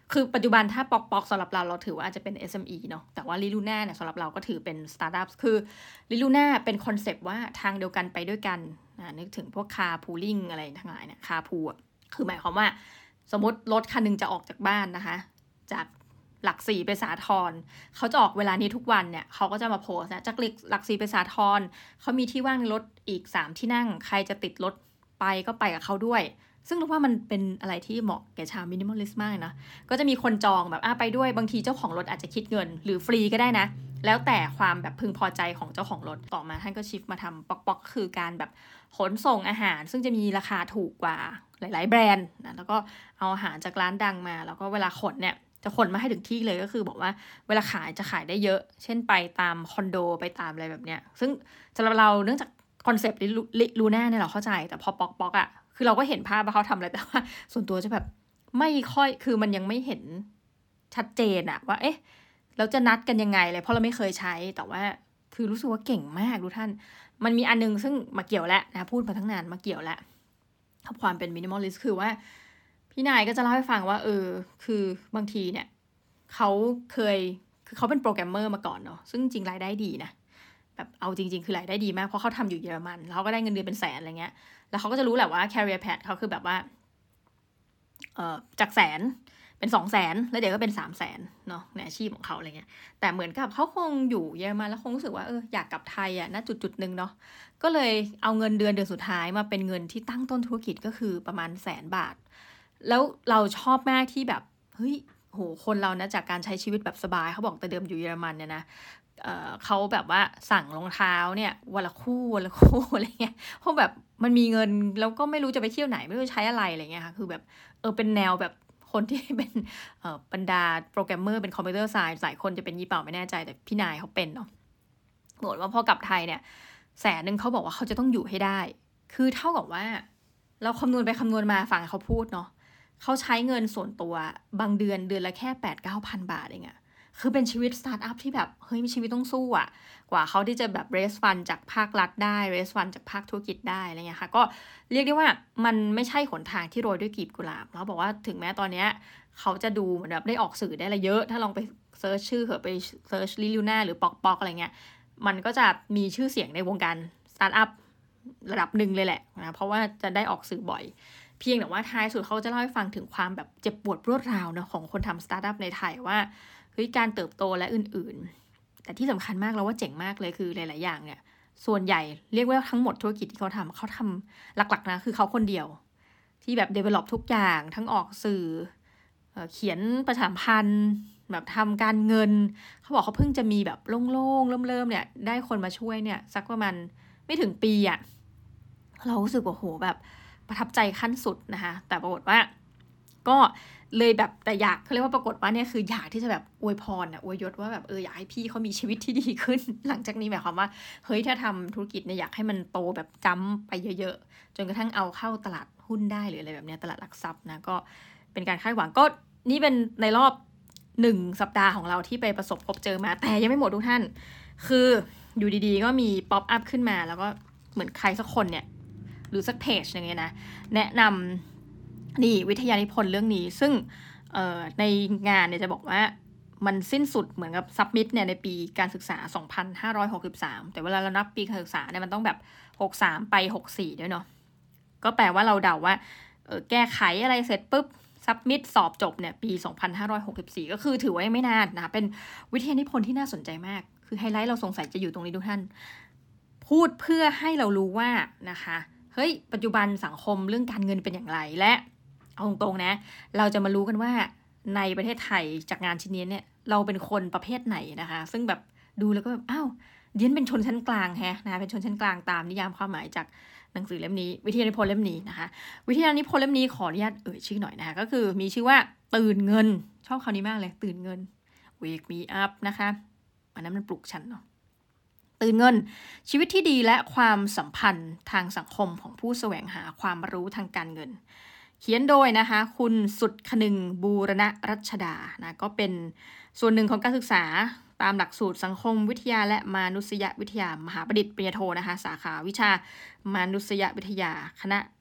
คือปัจจุบันถ้าปอกปอกสำหรับเราเราถือว่าอาจจะเป็น เอส เอ็ม อี เนาะแต่ว่าลิลูน่าเนี่ยสำหรับเราก็ถือเป็นสตาร์ทอัพคือลิลูน่าเป็นคอนเซปต์ว่าทางเดียวกันไปด้วยกันนะนึกถึงพวกคาร์พูลลิ่งอะไรทั้งหลายเนี่ยคาร์พูลคือหมายความว่าสมมติรถคันนึงจะออกจากบ้านนะคะจากหลักสี่ไปสาทรเขาจะออกเวลานี้ทุกวันเนี่ยเขาก็จะมาโพสนะจากหลักสี่ไปสาทรเขามีที่ว่างในรถอีกสามที่นั่งใครจะติดรถไปก็ไปกับเขาด้วยซึ่งรู้ว่ามันเป็นอะไรที่เหมาะแก่ชาวมินิมอลลิสต์มากนะก็จะมีคนจองแบบอ่ะไปด้วยบางทีเจ้าของรถอาจจะคิดเงินหรือฟรีก็ได้นะแล้วแต่ความแบบพึงพอใจของเจ้าของรถต่อมาท่านก็ชิฟมาทำป๊อกๆคือการแบบขนส่งอาหารซึ่งจะมีราคาถูกกว่าหลายๆแบรนด์นะแล้วก็เอาอาหารจากร้านดังมาแล้วก็เวลาขนเนี่ยจะขนมาให้ถึงที่เลยก็คือบอกว่าเวลาขายจะขายได้เยอะเช่นไปตามคอนโดไปตามอะไรแบบเนี้ยซึ่งสำหรับเราเนื่องจากคอนเซปต์ลูน่าเนี่ยเราเข้าใจแต่พอป๊อกๆอ่ะคือเราก็เห็นภาพว่าเขาทำอะไรแต่ว่าส่วนตัวจะแบบไม่ค่อยคือมันยังไม่เห็นชัดเจนอะว่าเอ๊ะเราจะนัดกันยังไงเลยเพราะเราไม่เคยใช้แต่ว่าคือรู้สึกว่าเก่งมากทุกท่านมันมีอันนึงซึ่งมาเกี่ยวแล้วนะพูดมาทั้งนานมาเกี่ยวแล้วกับความเป็นมินิมอลลิสต์คือว่าพี่นายก็จะเล่าให้ฟังว่าเออคือบางทีเนี่ยเขาเคยคือเขาเป็นโปรแกรมเมอร์มาก่อนเนาะซึ่งจริงรายได้ดีนะแบบเอาจริงๆคือรายได้ดีมากเพราะเขาทำอยู่เยอรมันแล้วเขาก็ได้เงินเดือนเป็นแสนอะไรเงี้ยแล้วเขาก็จะรู้แหละว่า career path เขาคือแบบว่าเอ่อจากแสนเป็นสองแสนแล้วเดี๋ยวก็เป็นสามแสนเนาะในอาชีพของเขาอะไรเงี้ยแต่เหมือนกับเขาคงอยู่เยอรมันแล้วคงรู้สึกว่าเอออยากกลับไทยอ่ะณจุดจุดหนึ่งเนาะก็เลยเอาเงินเดือนเดือนสุดท้ายมาเป็นเงินที่ตั้งต้นธุรกิจก็คือประมาณแสนบาทแล้วเราชอบมากที่แบบเฮ้ยโหคนเรานะจากการใช้ชีวิตแบบสบายเขาบอกแต่เดิมอยู่เยอรมันเนี่ยนะเอ่อเขาแบบว่าสั่งรองเท้าเนี่ยวันละคู่วันละคู่อะไรเงี้ยเพราะแบบมันมีเงินแล้วก็ไม่รู้จะไปเที่ยวไหนไม่รู้ใช้อะไรอะไรเงี้ยค่ะคือแบบเออเป็นแนวแบบคนที่เป็นเอ่อบรรดาโปรแกรมเมอร์เป็นคอมพิวเตอร์ไซน์หลายคนจะเป็นยี่เปล่าไม่แน่ใจแต่พี่นายเขาเป็นเนาะบอกว่าพอกลับไทยเนี่ยแสนหนึ่งเขาบอกว่าเขาจะต้องอยู่ให้ได้คือเท่ากับว่าเราคำนวณไปคำนวณมาฟังเขาพูดเนาะเขาใช้เงินส่วนตัวบางเดือนเดือนละแค่แปดเก้าพันบาทเองอะคือเป็นชีวิตสตาร์ทอัพที่แบบเฮ้ยมีชีวิตต้องสู้อะกว่าเขาที่จะแบบเรสฟันจากภาครัฐได้เรสฟันจากภาคธุรกิจได้อะไรเงี้ยค่ะก็เรียกได้ว่ามันไม่ใช่หนทางที่โรยด้วยกลีบกุหลาบแล้วบอกว่าถึงแม้ตอนเนี้ยเขาจะดูเหมือนแบบได้ออกสื่อได้อะไรเยอะถ้าลองไปเซิร์ชชื่อเหอะไปเซิร์ชลิลูน่าหรือปอกปอกอะไรเงี้ยมันก็จะมีชื่อเสียงในวงการสตาร์ทอัพระดับหนึ่งเลยแหละนะเพราะว่าจะได้ออกสื่อบ่อยเพียงแต่ว่าท้ายสุดเขาจะเล่าให้ฟังถึงความแบบเจ็บปวดรวดราวนะของคนทำสตาร์ทอัพในไทยว่าเฮ้ยการเติบโตและอื่นๆแต่ที่สำคัญมากแล้วว่าเจ๋งมากเลยคือหลายๆอย่างเนี่ยส่วนใหญ่เรียกว่าทั้งหมดธุรกิจที่เขาทำเขาทำหลักๆนะคือเขาคนเดียวที่แบบ develop ทุกอย่างทั้งออกสื่อเอ่อเขียนประชาสัมพันธ์แบบทำการเงินเขาบอกเขาเพิ่งจะมีแบบโล่งๆเริ่มๆเนี่ยได้คนมาช่วยเนี่ยสักประมาณไม่ถึงปีอะเรารู้สึกว่าโหแบบประทับใจขั้นสุดนะคะแต่ปรากฏว่าก็เลยแบบแต่อยากเขาเรียกว่าปรากฏว่าเนี่ยคืออยากที่จะแบบอวยพรนะอวยยศว่าแบบเอออยากให้พี่เขามีชีวิตที่ดีขึ้น หลังจากนี้หมายความว่าเฮ้ยถ้าทำธุรกิจเนี่ยอยากให้มันโตแบบจ้ำไปเยอะๆจนกระทั่งเอาเข้าตลาดหุ้นได้หรืออะไรแบบเนี้ยตลาดหลักทรัพย์นะก็เป็นการคาดหวังก็นี่เป็นในรอบหนึ่งสัปดาห์ของเราที่ไปประสบพบเจอมาแต่ยังไม่หมดทุกท่านคืออยู่ดีๆก็มีป๊อปอัพขึ้นมาแล้วก็เหมือนใครสักคนเนี่ยหรือสักเพจอย่างเงี้ยนะแนะนำนี่วิทยานิพนธ์เรื่องนี้ซึ่งในงานเนี่ยจะบอกว่ามันสิ้นสุดเหมือนกับซับมิตเนี่ยในปีการศึกษาสองพันห้าร้อยหกสิบสามแต่เวลาเรานับปีการศึกษาเนี่ยมันต้องแบบหกสิบสามไปหกสิบสี่ด้วยเนาะก็แปลว่าเราเดาว่าแก้ไขอะไรเสร็จปุ๊บซับมิตสอบจบเนี่ยปีสองพันห้าร้อยหกสิบสี่ก็คือถือว่าไม่นานนะเป็นวิทยานิพนธ์ที่น่าสนใจมากคือไฮไลท์เราสงสัยจะอยู่ตรงนี้ทุกท่านพูดเพื่อให้เรารู้ว่านะคะเฮ้ยปัจจุบันสังคมเรื่องการเงินเป็นอย่างไรและเอาตรงๆนะเราจะมารู้กันว่าในประเทศไทยจากงานชิ้นนี้เนี่ยเราเป็นคนประเภทไหนนะคะซึ่งแบบดูแล้วก็แบบอ้าวเดียนเป็นชนชั้นกลางแฮะนะเป็นชนชั้นกลางตามนิยามความหมายจากหนังสือเล่มนี้วิทยานิพนธ์เล่มนี้นะคะวิทยานิพนธ์เล่มนี้ขออนุญาตเอ่ยชื่อหน่อยนะคะก็คือมีชื่อว่าตื่นเงินชอบคำนี้มากเลยตื่นเงิน wake me up นะคะอันนั้นมันปลุกฉันเนาะตื่นเงินชีวิตที่ดีและความสัมพันธ์ทางสังคมของผู้แสวงหาความรู้ทางการเงินเขียนโดยนะคะคุณสุดคนึงบูรณรัชดานะก็เป็นส่วนหนึ่งของการศึกษาตามหลักสูตรสังคมวิทยาและมานุษยวิทยามหาบัณฑิตปริญญาโทนะคะสาขาวิชามานุษยวิทยาคณะ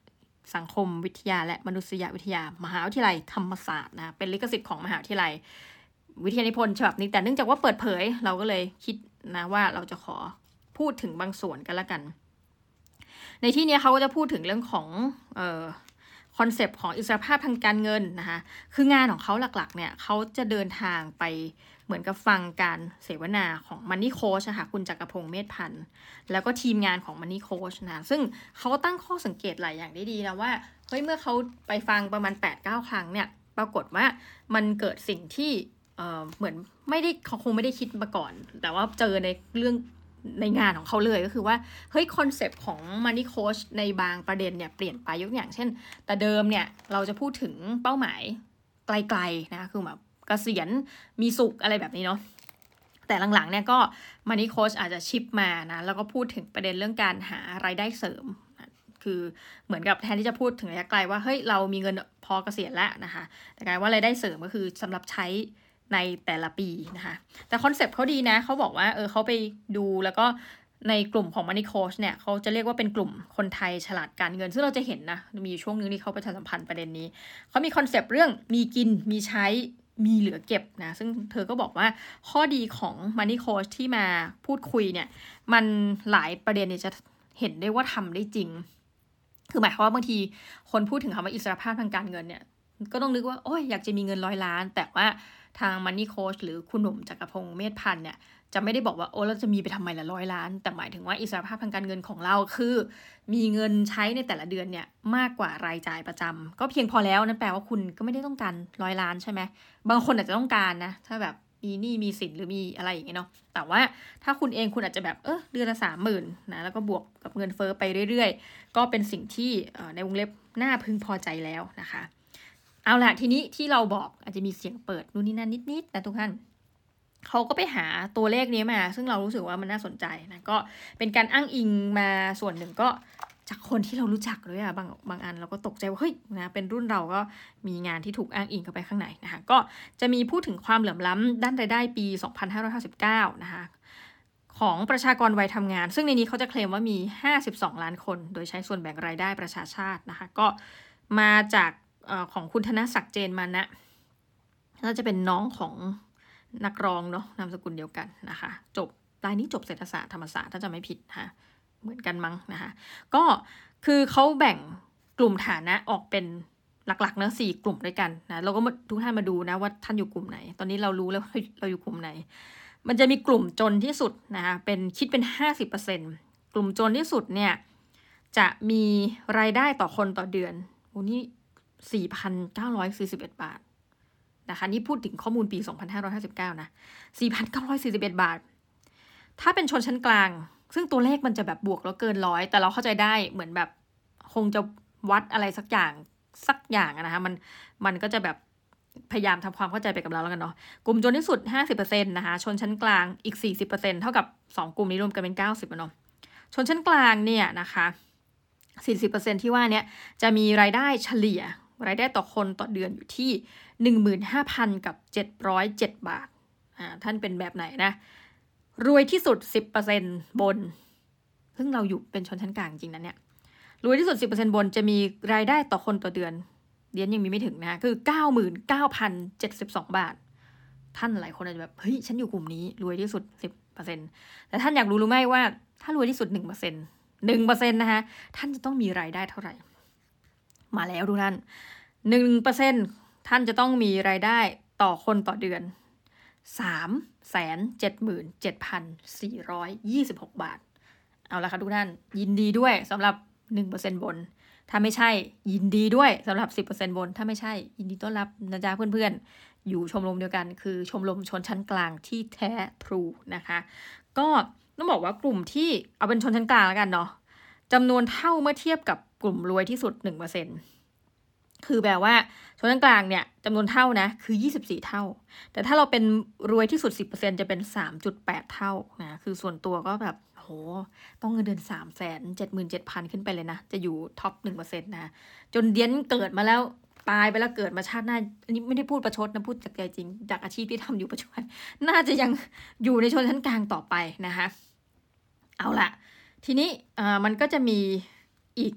สังคมวิทยาและมนุษยวิทยามหาวิทยาลัยธรรมศาสตร์นะเป็นลิขสิทธิ์ของมหาวิทยาลัยวิทยานิพนธ์ฉบับนี้แต่เนื่องจากว่าเปิดเผยเราก็เลยคิดนะว่าเราจะขอพูดถึงบางส่วนกันละกันในที่นี้เขาก็จะพูดถึงเรื่องของเอ่อคอนเซปต์ของอิสรภาพทางการเงินนะคะคืองานของเขาหลักๆเนี่ยเขาจะเดินทางไปเหมือนกับฟังการเสวนาของ Money Coach นะคะคุณจักรพงษ์เมธพันธ์แล้วก็ทีมงานของ Money Coach นะซึ่งเขาตั้งข้อสังเกตหลายอย่างได้ดีนะว่าเฮ้ยเมื่อเขาไปฟังประมาณ แปดถึงเก้า ครั้งเนี่ยปรากฏว่ามันเกิดสิ่งที่เอ่อเหมือนไม่ได้เขาคงไม่ได้คิดมาก่อนแต่ว่าเจอในเรื่องในงานของเขาเลยก็คือว่าเฮ้ยคอนเซปต์ของ Money Coach ในบางประเด็นเนี่ยเปลี่ยนไปยกอย่างเช่นแต่เดิมเนี่ยเราจะพูดถึงเป้าหมายไกลๆนะคือแบบเกษียณมีสุขอะไรแบบนี้เนาะแต่หลังๆเนี่ยก็ Money Coach อาจจะชิปมานะแล้วก็พูดถึงประเด็นเรื่องการหารายได้เสริมคือเหมือนกับแทนที่จะพูดถึงระยะไกลว่าเฮ้ยเรามีเงินพอเกษียณแล้วนะคะแต่กลายว่ารายได้เสริมก็คือสำหรับใช้ในแต่ละปีนะคะแต่คอนเซปต์เขาดีนะเขาบอกว่าเออเขาไปดูแล้วก็ในกลุ่มของ Money Coach เนี่ยเขาจะเรียกว่าเป็นกลุ่มคนไทยฉลาดการเงินซึ่งเราจะเห็นนะมีช่วงนึงที่เขาประชาสัมพันธ์ประเด็นนี้เขามีคอนเซปต์เรื่องมีกินมีใช้มีเหลือเก็บนะซึ่งเธอก็บอกว่าข้อดีของ Money Coach ที่มาพูดคุยเนี่ยมันหลายประเด็นเนี่ยจะเห็นได้ว่าทำได้จริงคือหมายความว่าบางทีคนพูดถึงคำว่าอิสรภาพทางการเงินเนี่ยก็ต้องนึกว่าโอ้ยอยากจะมีเงินร้อยล้านแต่ว่าทาง Money Coach หรือคุณหนุ่มจักรพงษ์เมธพันธ์เนี่ยจะไม่ได้บอกว่าโอ้เราจะมีไปทำไมละร้อยล้านแต่หมายถึงว่าอิสรภาพทางการเงินของเราคือมีเงินใช้ในแต่ละเดือนเนี่ยมากกว่ารายจ่ายประจำก็เพียงพอแล้วนั่นแปลว่าคุณก็ไม่ได้ต้องการร้อยล้านใช่ไหมบางคนอาจจะต้องการนะถ้าแบบมีหนี้มีสินหรือมีอะไรอย่างเงี้ยเนาะแต่ว่าถ้าคุณเองคุณอาจจะแบบเออเดือนละสามหมื่นนะแล้วก็บวกกับเงินเฟ้อไปเรื่อยๆก็เป็นสิ่งที่ในวงเล็บน่าพึงพอใจแล้วนะคะเอาล่ะทีนี้ที่เราบอกอาจจะมีเสียงเปิดนู่นนี่นั่นนิดๆนะทุกท่านเขาก็ไปหาตัวเลขนี้มาซึ่งเรารู้สึกว่ามันน่าสนใจนะก็เป็นการอ้างอิงมาส่วนหนึ่งก็จากคนที่เรารู้จักด้วยอะบางบางอันเราก็ตกใจว่าเฮ้ยนะเป็นรุ่นเราก็มีงานที่ถูกอ้างอิงเข้าไปข้างในนะคะก็จะมีพูดถึงความเหลื่อมล้ำด้านรายได้ปีสองพันห้าร้อยห้าสิบเก้านะคะของประชากรวัยทำงานซึ่งในนี้เขาจะเคลมว่ามีห้าสิบสองล้านคนโดยใช้ส่วนแบ่งรายได้ประชาชาตินะคะก็มาจากเอ่อของคุณธนศักดิ์เจนมานะน่าจะเป็นน้องของนักร้องเนาะนามสกุลเดียวกันนะคะจบรายนี้จบเศรษฐศาสตร์ธรรมศาสตร์ถ้าจะไม่ผิดนะคะเหมือนกันมั้งนะคะก็คือเขาแบ่งกลุ่มฐานะออกเป็นหลักๆเนอะสี่กลุ่มด้วยกันนะเราก็ทุกท่านมาดูนะว่าท่านอยู่กลุ่มไหนตอนนี้เรารู้แล้วว่าเราอยู่กลุ่มไหนมันจะมีกลุ่มจนที่สุดนะคะเป็นคิดเป็น ห้าสิบเปอร์เซ็นต์ กลุ่มจนที่สุดเนี่ยจะมีรายได้ต่อคนต่อเดือนโอ้นี่ สี่พันเก้าร้อยสี่สิบเอ็ด บาทนะคะนี่พูดถึงข้อมูลปีสองพันห้าร้อยห้าสิบเก้านะ สี่พันเก้าร้อยสี่สิบเอ็ด บาทถ้าเป็นชนชั้นกลางซึ่งตัวเลขมันจะแบบบวกแล้วเกินร้อยแต่เราเข้าใจได้เหมือนแบบคงจะวัดอะไรสักอย่างสักอย่างนะคะมันมันก็จะแบบพยายามทำความเข้าใจไปกับเราแล้วกันเนาะกลุ่มจนที่สุด ห้าสิบเปอร์เซ็นต์ นะคะชนชั้นกลางอีก สี่สิบเปอร์เซ็นต์ เท่ากับสองกลุ่มนี้รวมกันเป็นเก้าสิบเนาะชนชั้นกลางเนี่ยนะคะสี่สิบเปอร์เซ็นต์ ที่ว่านี้จะมีรายได้เฉลี่ยรายได้ต่อคนต่อเดือนอยู่ที่ หนึ่งหมื่นห้าพัน กับเจ็ดร้อยเจ็ดบาทอ่าท่านเป็นแบบไหนนะรวยที่สุด สิบเปอร์เซ็นต์ บนซึ่งเราอยู่เป็นชนชั้นกลางจริงนะเนี่ยรวยที่สุด สิบเปอร์เซ็นต์ บนจะมีรายได้ต่อคนต่อเดือนเดือนยังมีไม่ถึงนะคือ เก้าหมื่นเก้าพันเจ็ดสิบสอง บาทท่านหลายคนอาจจะแบบเฮ้ยฉันอยู่กลุ่มนี้รวยที่สุด สิบเปอร์เซ็นต์ แต่ท่านอยากรู้หรือไม่ว่าถ้ารวยที่สุด หนึ่งเปอร์เซ็นต์ หนึ่งเปอร์เซ็นต์ นะคะท่านจะต้องมีรายได้เท่าไหร่มาแล้วทุกท่าน หนึ่งเปอร์เซ็นต์ ท่านจะต้องมีรายได้ต่อคนต่อเดือน สามแสนเจ็ดหมื่นเจ็ดพันสี่ร้อยยี่สิบหก บาทเอาละค่ะทุกท่านยินดีด้วยสำหรับ หนึ่งเปอร์เซ็นต์ บนถ้าไม่ใช่ยินดีด้วยสำหรับ สิบเปอร์เซ็นต์ บนถ้าไม่ใช่ยินดีต้อนรับนะจ๊ะเพื่อนๆอยู่ชมรมเดียวกันคือชมรมชนชั้นกลางที่แท้ทรูนะคะก็ต้องบอกว่ากลุ่มที่เอาเป็นชนชั้นกลางแล้วกันเนาะจำนวนเท่าเมื่อเทียบกับกลุ่มรวยที่สุด หนึ่งเปอร์เซ็นต์ คือแปลว่าชนชั้นกลางเนี่ยจำนวนเท่านะคือยี่สิบสี่เท่าแต่ถ้าเราเป็นรวยที่สุด สิบเปอร์เซ็นต์ จะเป็น สามจุดแปด เท่านะคือส่วนตัวก็แบบโหต้องเงินเดือน สามแสนเจ็ดหมื่นเจ็ดพัน ขึ้นไปเลยนะจะอยู่ท็อป หนึ่งเปอร์เซ็นต์ นะจนเดียนเกิดมาแล้วตายไปแล้วเกิดมาชาติหน้าอันนี้ไม่ได้พูดประชดนะพูดจากใจจริงจากอาชีพที่ทำอยู่ปัจจุบันน่าจะยังอยู่ในชนชั้นกลางต่อไปนะคะเอาล่ะทีนี้อ่ามันก็จะมีอีก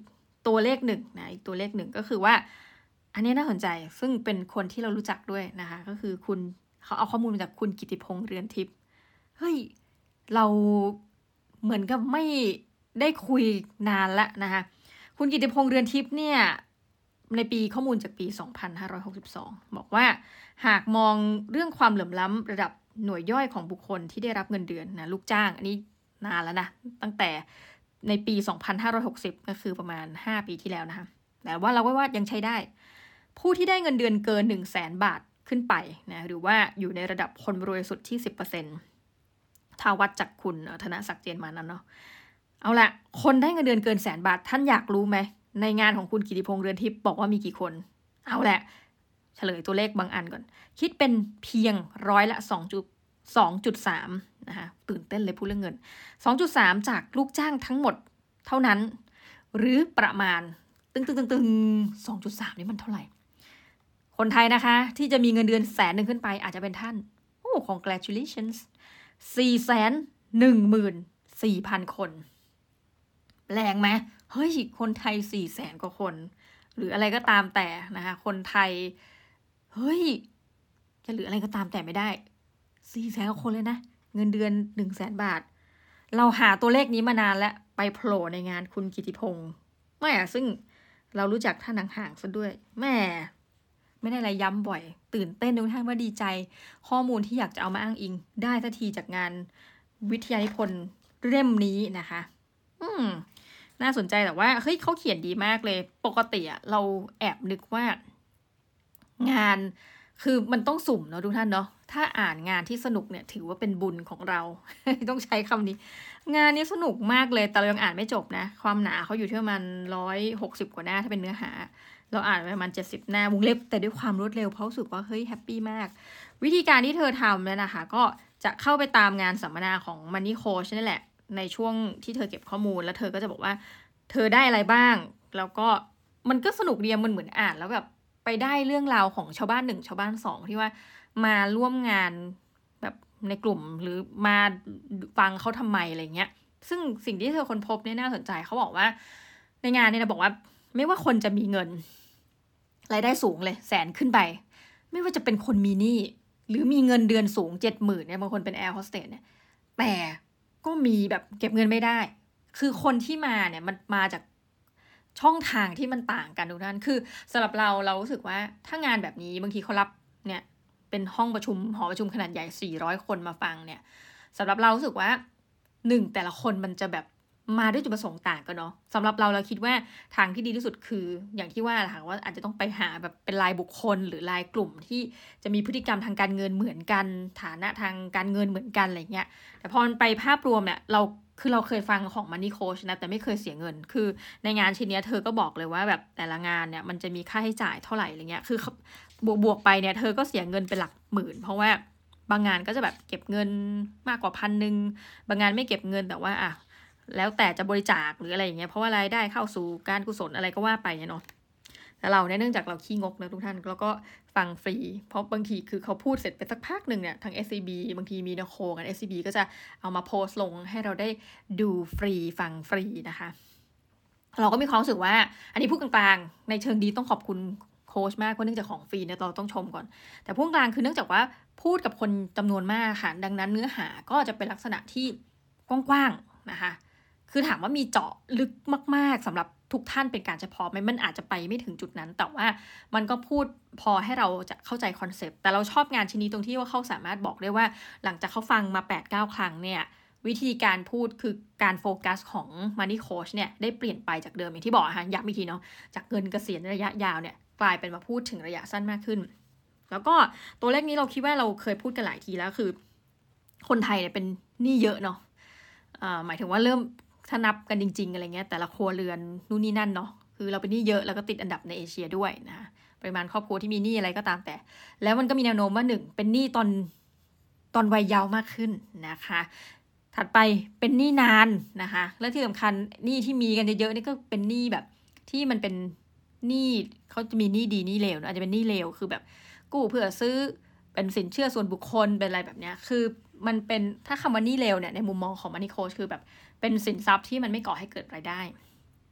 ตัวเลขหนึ่งนะอีกตัวเลขหนึ่งก็คือว่าอันนี้น่าสนใจซึ่งเป็นคนที่เรารู้จักด้วยนะคะก็คือคุณเขาเอาข้อมูลมาจากคุณกิติพงษ์เรือนทิพย์เฮ้ยเราเหมือนกับไม่ได้คุยนานละนะคะคุณกิติพงษ์เรือนทิพย์เนี่ยในปีข้อมูลจากปีสองพันห้าร้อยหกสิบสองบอกว่าหากมองเรื่องความเหลื่อมล้ำระดับหน่วยย่อยของบุคคลที่ได้รับเงินเดือนนะลูกจ้างอันนี้นานแล้วนะตั้งแต่ในปีสองพันห้าร้อยหกสิบก็คือประมาณห้าปีที่แล้วนะคะแต่ว่าเราว่ายังใช้ได้ผู้ที่ได้เงินเดือนเกิน หนึ่งแสน บาทขึ้นไปนะหรือว่าอยู่ในระดับคนรวยสุดที่ สิบเปอร์เซ็นต์ ถ้าวัดจากคุณธนศักดิ์เจนมานั้นเนาะเอาละคนได้เงินเดือนเกินแสนบาทท่านอยากรู้ไหมในงานของคุณกิติพงษ์เรือนทิพย์บอกว่ามีกี่คนเอาแหละเฉลยตัวเลขบางอันก่อนคิดเป็นเพียงร้อยละสองจุดสามนะคะตื่นเต้นเลยพูดเรื่องเงิน สองจุดสาม จากลูกจ้างทั้งหมดเท่านั้นหรือประมาณตึงตึงตึงตึง สองจุดสาม นี่มันเท่าไหร่คนไทยนะคะที่จะมีเงินเดือนแสนหนึ่งขึ้นไปอาจจะเป็นท่านโอ้ congratulations สี่แสนหนึ่งหมื่นสี่พัน คนแรงไหมเฮ้ยคนไทยสี่แสนกว่าคนหรืออะไรก็ตามแต่นะคะคนไทยเฮ้ยจะเหลืออะไรก็ตามแต่ไม่ได้สี่แสนกว่าคนเลยนะเงินเดือนหนึ่งแสนบาทเราหาตัวเลขนี้มานานแล้วไปโผล่ในงานคุณกิติพงษ์แม่ซึ่งเรารู้จักท่านห่างๆซะด้วยแม่ไม่ได้อะไรย้ำบ่อยตื่นเต้นทุกท่านว่าดีใจข้อมูลที่อยากจะเอามาอ้างอิงได้ทันทีจากงานวิทยานิพนธ์เล่มนี้นะคะอืมน่าสนใจแต่ว่าเฮ้ยเขาเขียนดีมากเลยปกติอะเราแอบนึกว่างานคือมันต้องสุ่มเนาะทุกท่านเนาะถ้าอ่านงานที่สนุกเนี่ยถือว่าเป็นบุญของเรา ต้องใช้คำนี้งานนี้สนุกมากเลยแต่เรายังอ่านไม่จบนะความหนาเขาอยู่ที่ประมาณร้อยหกสิบกว่าหน้าถ้าเป็นเนื้อหาเราอ่านไปประมาณเจ็ดสิบหน้าวงเล็บแต่ด้วยความรวดเร็วเพราะรู้สึกว่าเฮ้ยแฮปปี้มากวิธีการที่เธอทำเนี่ยนะคะก็จะเข้าไปตามงานสัมมนาของ Money Coach นี่แหละในช่วงที่เธอเก็บข้อมูลแล้วเธอก็จะบอกว่าเธอได้อะไรบ้างแล้วก็มันก็สนุกดีมันเหมือนอ่านแล้วแบบไปได้เรื่องราวของชาวบ้านหนึ่งชาวบ้านสองที่ว่ามาร่วมงานแบบในกลุ่มหรือมาฟังเขาทำไมอะไรเงี้ยซึ่งสิ่งที่เธอค้นพบเนี่ยน่าสนใจเขาบอกว่าในงานเนี่ยนะบอกว่าไม่ว่าคนจะมีเงินรายได้สูงเลยแสนขึ้นไปไม่ว่าจะเป็นคนมีหนี้หรือมีเงินเดือนสูงเจ็ดหมื่นเนี่ยบางคนเป็นแอร์โฮสเตสเนี่ยแต่ก็มีแบบเก็บเงินไม่ได้คือคนที่มาเนี่ยมันมาจากช่องทางที่มันต่างกันทุกท่านคือสำหรับเราเรารู้สึกว่าถ้างานแบบนี้บางทีเขารับเนี่ยเป็นห้องประชุมหอประชุมขนาดใหญ่สี่ร้อยคนมาฟังเนี่ยสำหรับเรารู้สึกว่าหนึ่งแต่ละคนมันจะแบบมาด้วยจุดประสงค์ต่างกันเนาะสำหรับเราเราคิดว่าทางที่ดีที่สุดคืออย่างที่ว่าแหละค่ะว่าอาจจะต้องไปหาแบบเป็นรายบุคคลหรือรายกลุ่มที่จะมีพฤติกรรมทางการเงินเหมือนกันฐานะทางการเงินเหมือนกันอะไรเงี้ยแต่พอไปภาพรวมเนี่ยเราคือเราเคยฟังของ Money Coach นะแต่ไม่เคยเสียเงินคือในงานชิ้นนี้เธอก็บอกเลยว่าแบบแต่ละงานเนี่ยมันจะมีค่าใช้จ่ายเท่าไหร่อะไรเงี้ยคือบวกบวกไปเนี่ยเธอก็เสียเงินเป็นหลักหมื่นเพราะว่าบางงานก็จะแบบเก็บเงินมากกว่าพันหนึ่งบางงานไม่เก็บเงินแต่ว่าอ่ะแล้วแต่จะบริจาคหรืออะไรอย่างเงี้ยเพราะว่ารายได้เข้าสู่การกุศลอะไรก็ว่าไปเนาะแต่เราเนี่ยเนื่องจากเราขี้งกนะทุกท่านแล้วก็ฟังฟรีเพราะบางทีคือเขาพูดเสร็จไปสักพักหนึ่งเนี่ยทาง เอส ซี บี บางทีมีนาโคกัน เอส ซี บี ก็จะเอามาโพสต์ลงให้เราได้ดูฟรีฟังฟรีนะคะเราก็มีความรู้สึกว่าอันนี้พูดกลางๆในเชิงดีต้องขอบคุณโค้ชมากเพราะเนื่องจากของฟรีเนี่ยเราต้องชมก่อนแต่พูดกลางคือเนื่องจากว่าพูดกับคนจำนวนมากค่ะดังนั้นเนื้อหาก็จะเป็นลักษณะที่กว้างๆนะคะคือถามว่ามีเจาะลึกมากๆสำหรับทุกท่านเป็นการเฉพาะไหมมันอาจจะไปไม่ถึงจุดนั้นแต่ว่ามันก็พูดพอให้เราจะเข้าใจคอนเซปต์แต่เราชอบงานชิ้นนี้ตรงที่ว่าเขาสามารถบอกได้ว่าหลังจากเขาฟังมา แปดถึงเก้า ครั้งเนี่ยวิธีการพูดคือการโฟกัสของ Money Coach เนี่ยได้เปลี่ยนไปจากเดิมอย่างที่บอกค่ะย้ำอีกทีเนาะจากเงินเกษียณระยะยาวเนี่ยกลายเป็นมาพูดถึงระยะสั้นมากขึ้นแล้วก็ตัวเลขนี้เราคิดว่าเราเคยพูดกันหลายทีแล้วคือคนไทยเนี่ยเป็นหนี้เยอะเนาะหมายถึงว่าเริ่มถ้านับกันจริงๆอะไรเงี้ยแต่ละครัวเรือนนู่นนี่นั่นเนาะคือเราเป็นหนี้เยอะแล้วก็ติดอันดับในเอเชียด้วยนะปริมาณครอบครัวที่มีหนี้อะไรก็ตามแต่แล้วมันก็มีแนวโน้มว่าหนึ่งเป็นหนี้ตอนตอนวัยเยาว์มากขึ้นนะคะถัดไปเป็นหนี้นานนะคะและที่สำคัญหนี้ที่มีกันเยอะๆนี่ก็เป็นหนี้แบบที่มันเป็นหนี้เขาจะมีหนี้ดีหนี้เลวอาจจะเป็นหนี้เลวคือแบบกู้เพื่อซื้อเป็นสินเชื่อส่วนบุคคลเป็นอะไรแบบเนี้ยคือมันเป็นถ้าคำว่าหนี้เลวเนี่ยในมุมมองของ Money Coach คือแบบเป็นสินทรัพย์ที่มันไม่ก่อให้เกิดรายได้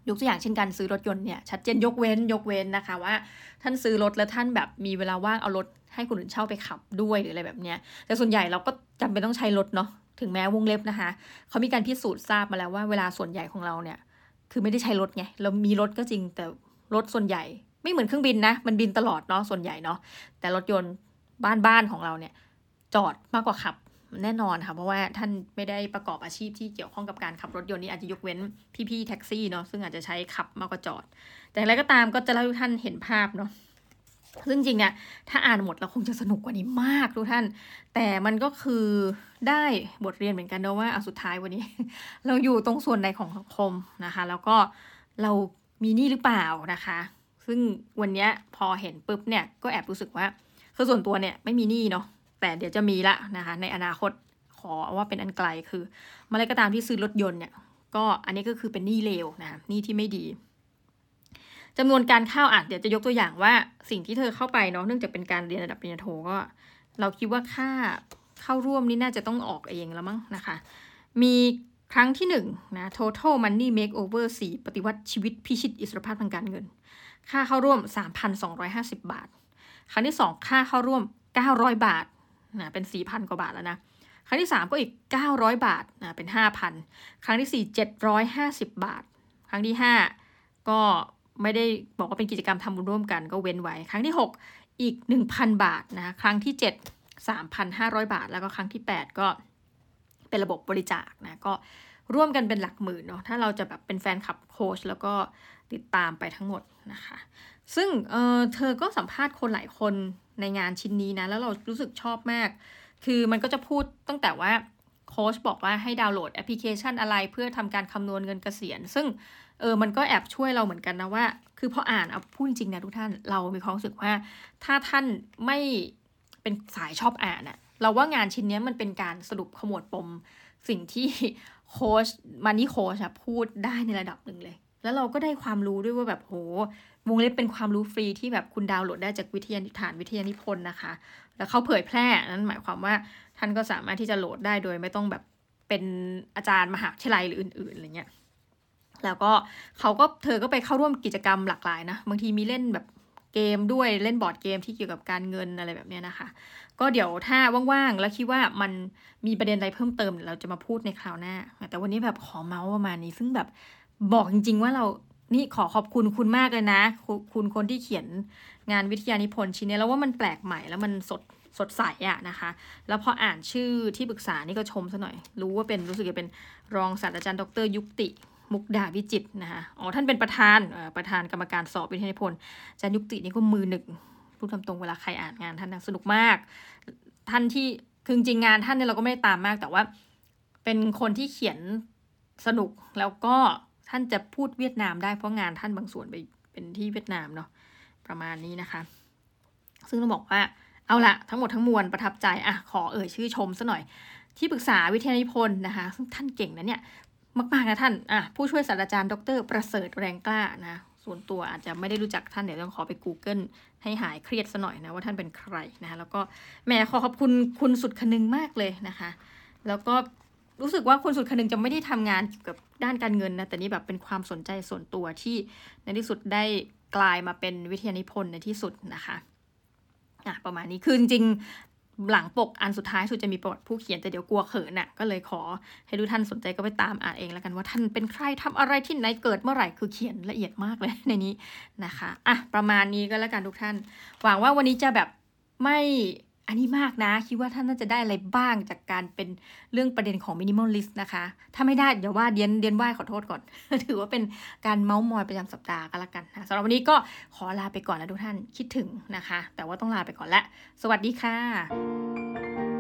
ยกตัวอย่างเช่นการซื้อรถยนต์เนี่ยชัดเจนยกเว้นยกเว้นนะคะว่าท่านซื้อรถแล้วท่านแบบมีเวลาว่างเอารถให้คนอื่นเช่าไปขับด้วยหรืออะไรแบบเนี้ยแต่ส่วนใหญ่เราก็จำเป็นต้องใช้รถเนาะถึงแม้วงเล็บนะคะเขามีการพิสูจน์ทราบมาแล้วว่าเวลาส่วนใหญ่ของเราเนี่ยคือไม่ได้ใช้รถไงเรามีรถก็จริงแต่รถส่วนใหญ่ไม่เหมือนเครื่องบินนะมันบินตลอดเนาะส่วนใหญ่เนาะแต่รถยนต์บ้านบ้านของเราเนี่ยจอดมากกว่าขับแน่นอนค่ะเพราะว่าท่านไม่ได้ประกอบอาชีพที่เกี่ยวข้องกับการขับรถยนต์นี่อาจจะยกเว้นพี่ๆแท็กซี่เนาะซึ่งอาจจะใช้ขับมากกว่าจอดแต่อะไรก็ตามก็จะเล่าให้ทุกท่านเห็นภาพเนาะซึ่งจริงเนี่ยถ้าอ่านหมดเราคงจะสนุกกว่านี้มากทุกท่านแต่มันก็คือได้บทเรียนเหมือนกันเนาะว่าเอาสุดท้ายวันนี้ เราอยู่ตรงส่วนใดของสังคมนะคะแล้วก็เรามีหนี้หรือเปล่านะคะซึ่งวันนี้พอเห็นปุ๊บเนี่ยก็แอบรู้สึกว่าคือส่วนตัวเนี่ยไม่มีหนี้เนาะแต่เดี๋ยวจะมีละนะคะในอนาคตขอว่าเป็นอันไกลคือเมื่อไรก็ตามที่ซื้อรถยนต์เนี่ยก็อันนี้ก็คือเป็นหนี้เลวนะคะหนี้ที่ไม่ดีจำนวนการเข้าอ่ะเดี๋ยวจะยกตัวอย่างว่าสิ่งที่เธอเข้าไปเนาะเนื่องจากเป็นการเรียนระดับปริญญาโทก็เราคิดว่าค่าเข้าร่วมนี่น่าจะต้องออกเองแล้วมั้งนะคะมีครั้งที่หนึ่งนะ total money makeover สี่ปฏิวัติชีวิตพิชิตอิสรภาพทางการเงินค่าเข้าร่วม สามพันสองร้อยห้าสิบ บาทครั้งที่สองค่าเข้าร่วมเก้าร้อยบาทนะเป็น สี่พัน กว่าบาทแล้วนะครั้งที่สามก็อีกเก้าร้อยบาทนะเป็น ห้าพัน ครั้งที่สี่ เจ็ดร้อยห้าสิบ บาทครั้งที่ห้าก็ไม่ได้บอกว่าเป็นกิจกรรมทำบุญร่วมกันก็เว้นไว้ครั้งที่หกอีก หนึ่งพัน บาทนะครั้งที่เจ็ด สามพันห้าร้อย บาทแล้วก็ครั้งที่แปดก็เป็นระบบบริจาคนะก็ร่วมกันเป็นหลักหมื่นเนาะถ้าเราจะแบบเป็นแฟนคลับโค้ชแล้วก็ติดตามไปทั้งหมดนะคะซึ่งเออเธอก็สัมภาษณ์คนหลายคนในงานชิ้นนี้นะแล้วเรารู้สึกชอบมากคือมันก็จะพูดตั้งแต่ว่าโค้ชบอกว่าให้ดาวน์โหลดแอปพลิเคชันอะไรเพื่อทำการคำนวณเงินเกษียณซึ่งเออมันก็แอบช่วยเราเหมือนกันนะว่าคือพออ่านเอาพูดจริงๆนะทุกท่านเรามีความรู้สึกว่าถ้าท่านไม่เป็นสายชอบอ่านอะเราว่างานชิ้นนี้มันเป็นการสรุปขมวดปมสิ่งที่โค้ชมันนี่โค้ชอะพูดได้ในระดับหนึ่งเลยแล้วเราก็ได้ความรู้ด้วยว่าแบบโหวงเล็บเป็นความรู้ฟรีที่แบบคุณดาวน์โหลดได้จากวิทยานิฐานวิทยานิพนธ์นะคะแล้วเขาเผยแพร่นั้นหมายความว่าท่านก็สามารถที่จะโหลดได้โดยไม่ต้องแบบเป็นอาจารย์มหาวิทยาลัยหรืออื่นๆอะไรเงี้ยแล้วก็เขาก็เธอก็ไปเข้าร่วมกิจกรรมหลากหลายนะบางทีมีเล่นแบบเกมด้วยเล่นบอร์ดเกมที่เกี่ยวกับการเงินอะไรแบบนี้นะคะก็เดี๋ยวถ้าว่างๆแล้วคิดว่ามันมีประเด็นอะไรเพิ่มเติมเราจะมาพูดในคราวหน้าแต่วันนี้แบบขอเมาส์ประมาณนี้ซึ่งแบบบอกจริงๆว่าเรานี่ขอขอบคุณคุณมากเลยนะคุณคนที่เขียนงานวิทยานิพนธ์ชิ้นนี้แล้วว่ามันแปลกใหม่แล้วมันสดสดใสอะนะคะแล้วพออ่านชื่อที่ปรึกษานี่ก็ชมซะหน่อยรู้ว่าเป็นรู้สึกจะเป็นรองศาสตราจารย์ดรยุติมุกดาวิจิตรนะคะอ๋อท่านเป็นประธานประธานกรรมการสอบวิทยานิพนธ์อาจารย์ยุตินี่ก็มือหนึ่งพูดตามตรงเวลาใครอ่านงานท่านสนุกมากท่านที่คือจริงงานท่านเนี่ยเราก็ไม่ได้ตามมากแต่ว่าเป็นคนที่เขียนสนุกแล้วก็ท่านจะพูดเวียดนามได้เพราะงานท่านบางส่วนไปเป็นที่เวียดนามเนาะประมาณนี้นะคะซึ่งต้องบอกว่าเอาละทั้งหมดทั้งมวลประทับใจอ่ะขอเอ่ยชื่อชมซะหน่อยที่ปรึกษาวิทยานิพนธ์นะคะซึ่งท่านเก่งนะเนี่ยมากๆนะท่านอ่ะผู้ช่วยศาสตราจารย์ดรประเสริฐแรงกล้านะส่วนตัวอาจจะไม่ได้รู้จักท่านเดี๋ยวต้องขอไป Google ให้หายเครียดซะหน่อยนะว่าท่านเป็นใครนะคะแล้วก็แหมขอขอบคุณคุณสุดคนึงมากเลยนะคะแล้วก็รู้สึกว่าคุณสุดคนึงจะไม่ได้ทำงานเกี่ยวกับด้านการเงินนะแต่นี่แบบเป็นความสนใจส่วนตัวที่ในที่สุดได้กลายมาเป็นวิทยานิพนธ์ในที่สุดนะคะอ่ะประมาณนี้คือจริงๆหลังปกอันสุดท้ายสุดจะมีประวัติผู้เขียนแต่เดี๋ยวกลัวเขินน่ะก็เลยขอให้ทุกท่านสนใจก็ไปตามอ่านเองแล้วกันว่าท่านเป็นใครทำอะไรที่ไหนเกิดเมื่อไหร่คือเขียนละเอียดมากเลยในนี้นะคะอ่ะประมาณนี้ก็แล้วกันทุกท่านหวังว่าวันนี้จะแบบไม่อันนี้มากนะคิดว่าท่านน่าจะได้อะไรบ้างจากการเป็นเรื่องประเด็นของ minimalist นะคะถ้าไม่ได้เดี๋ยวว่าเดียนเดียนไหว้ขอโทษก่อน ถือว่าเป็นการเม้ามอยประจำสัปดาห์ก็แล้วกันนะสำหรับวันนี้ก็ขอลาไปก่อนนะทุกท่านคิดถึงนะคะแต่ว่าต้องลาไปก่อนละสวัสดีค่ะ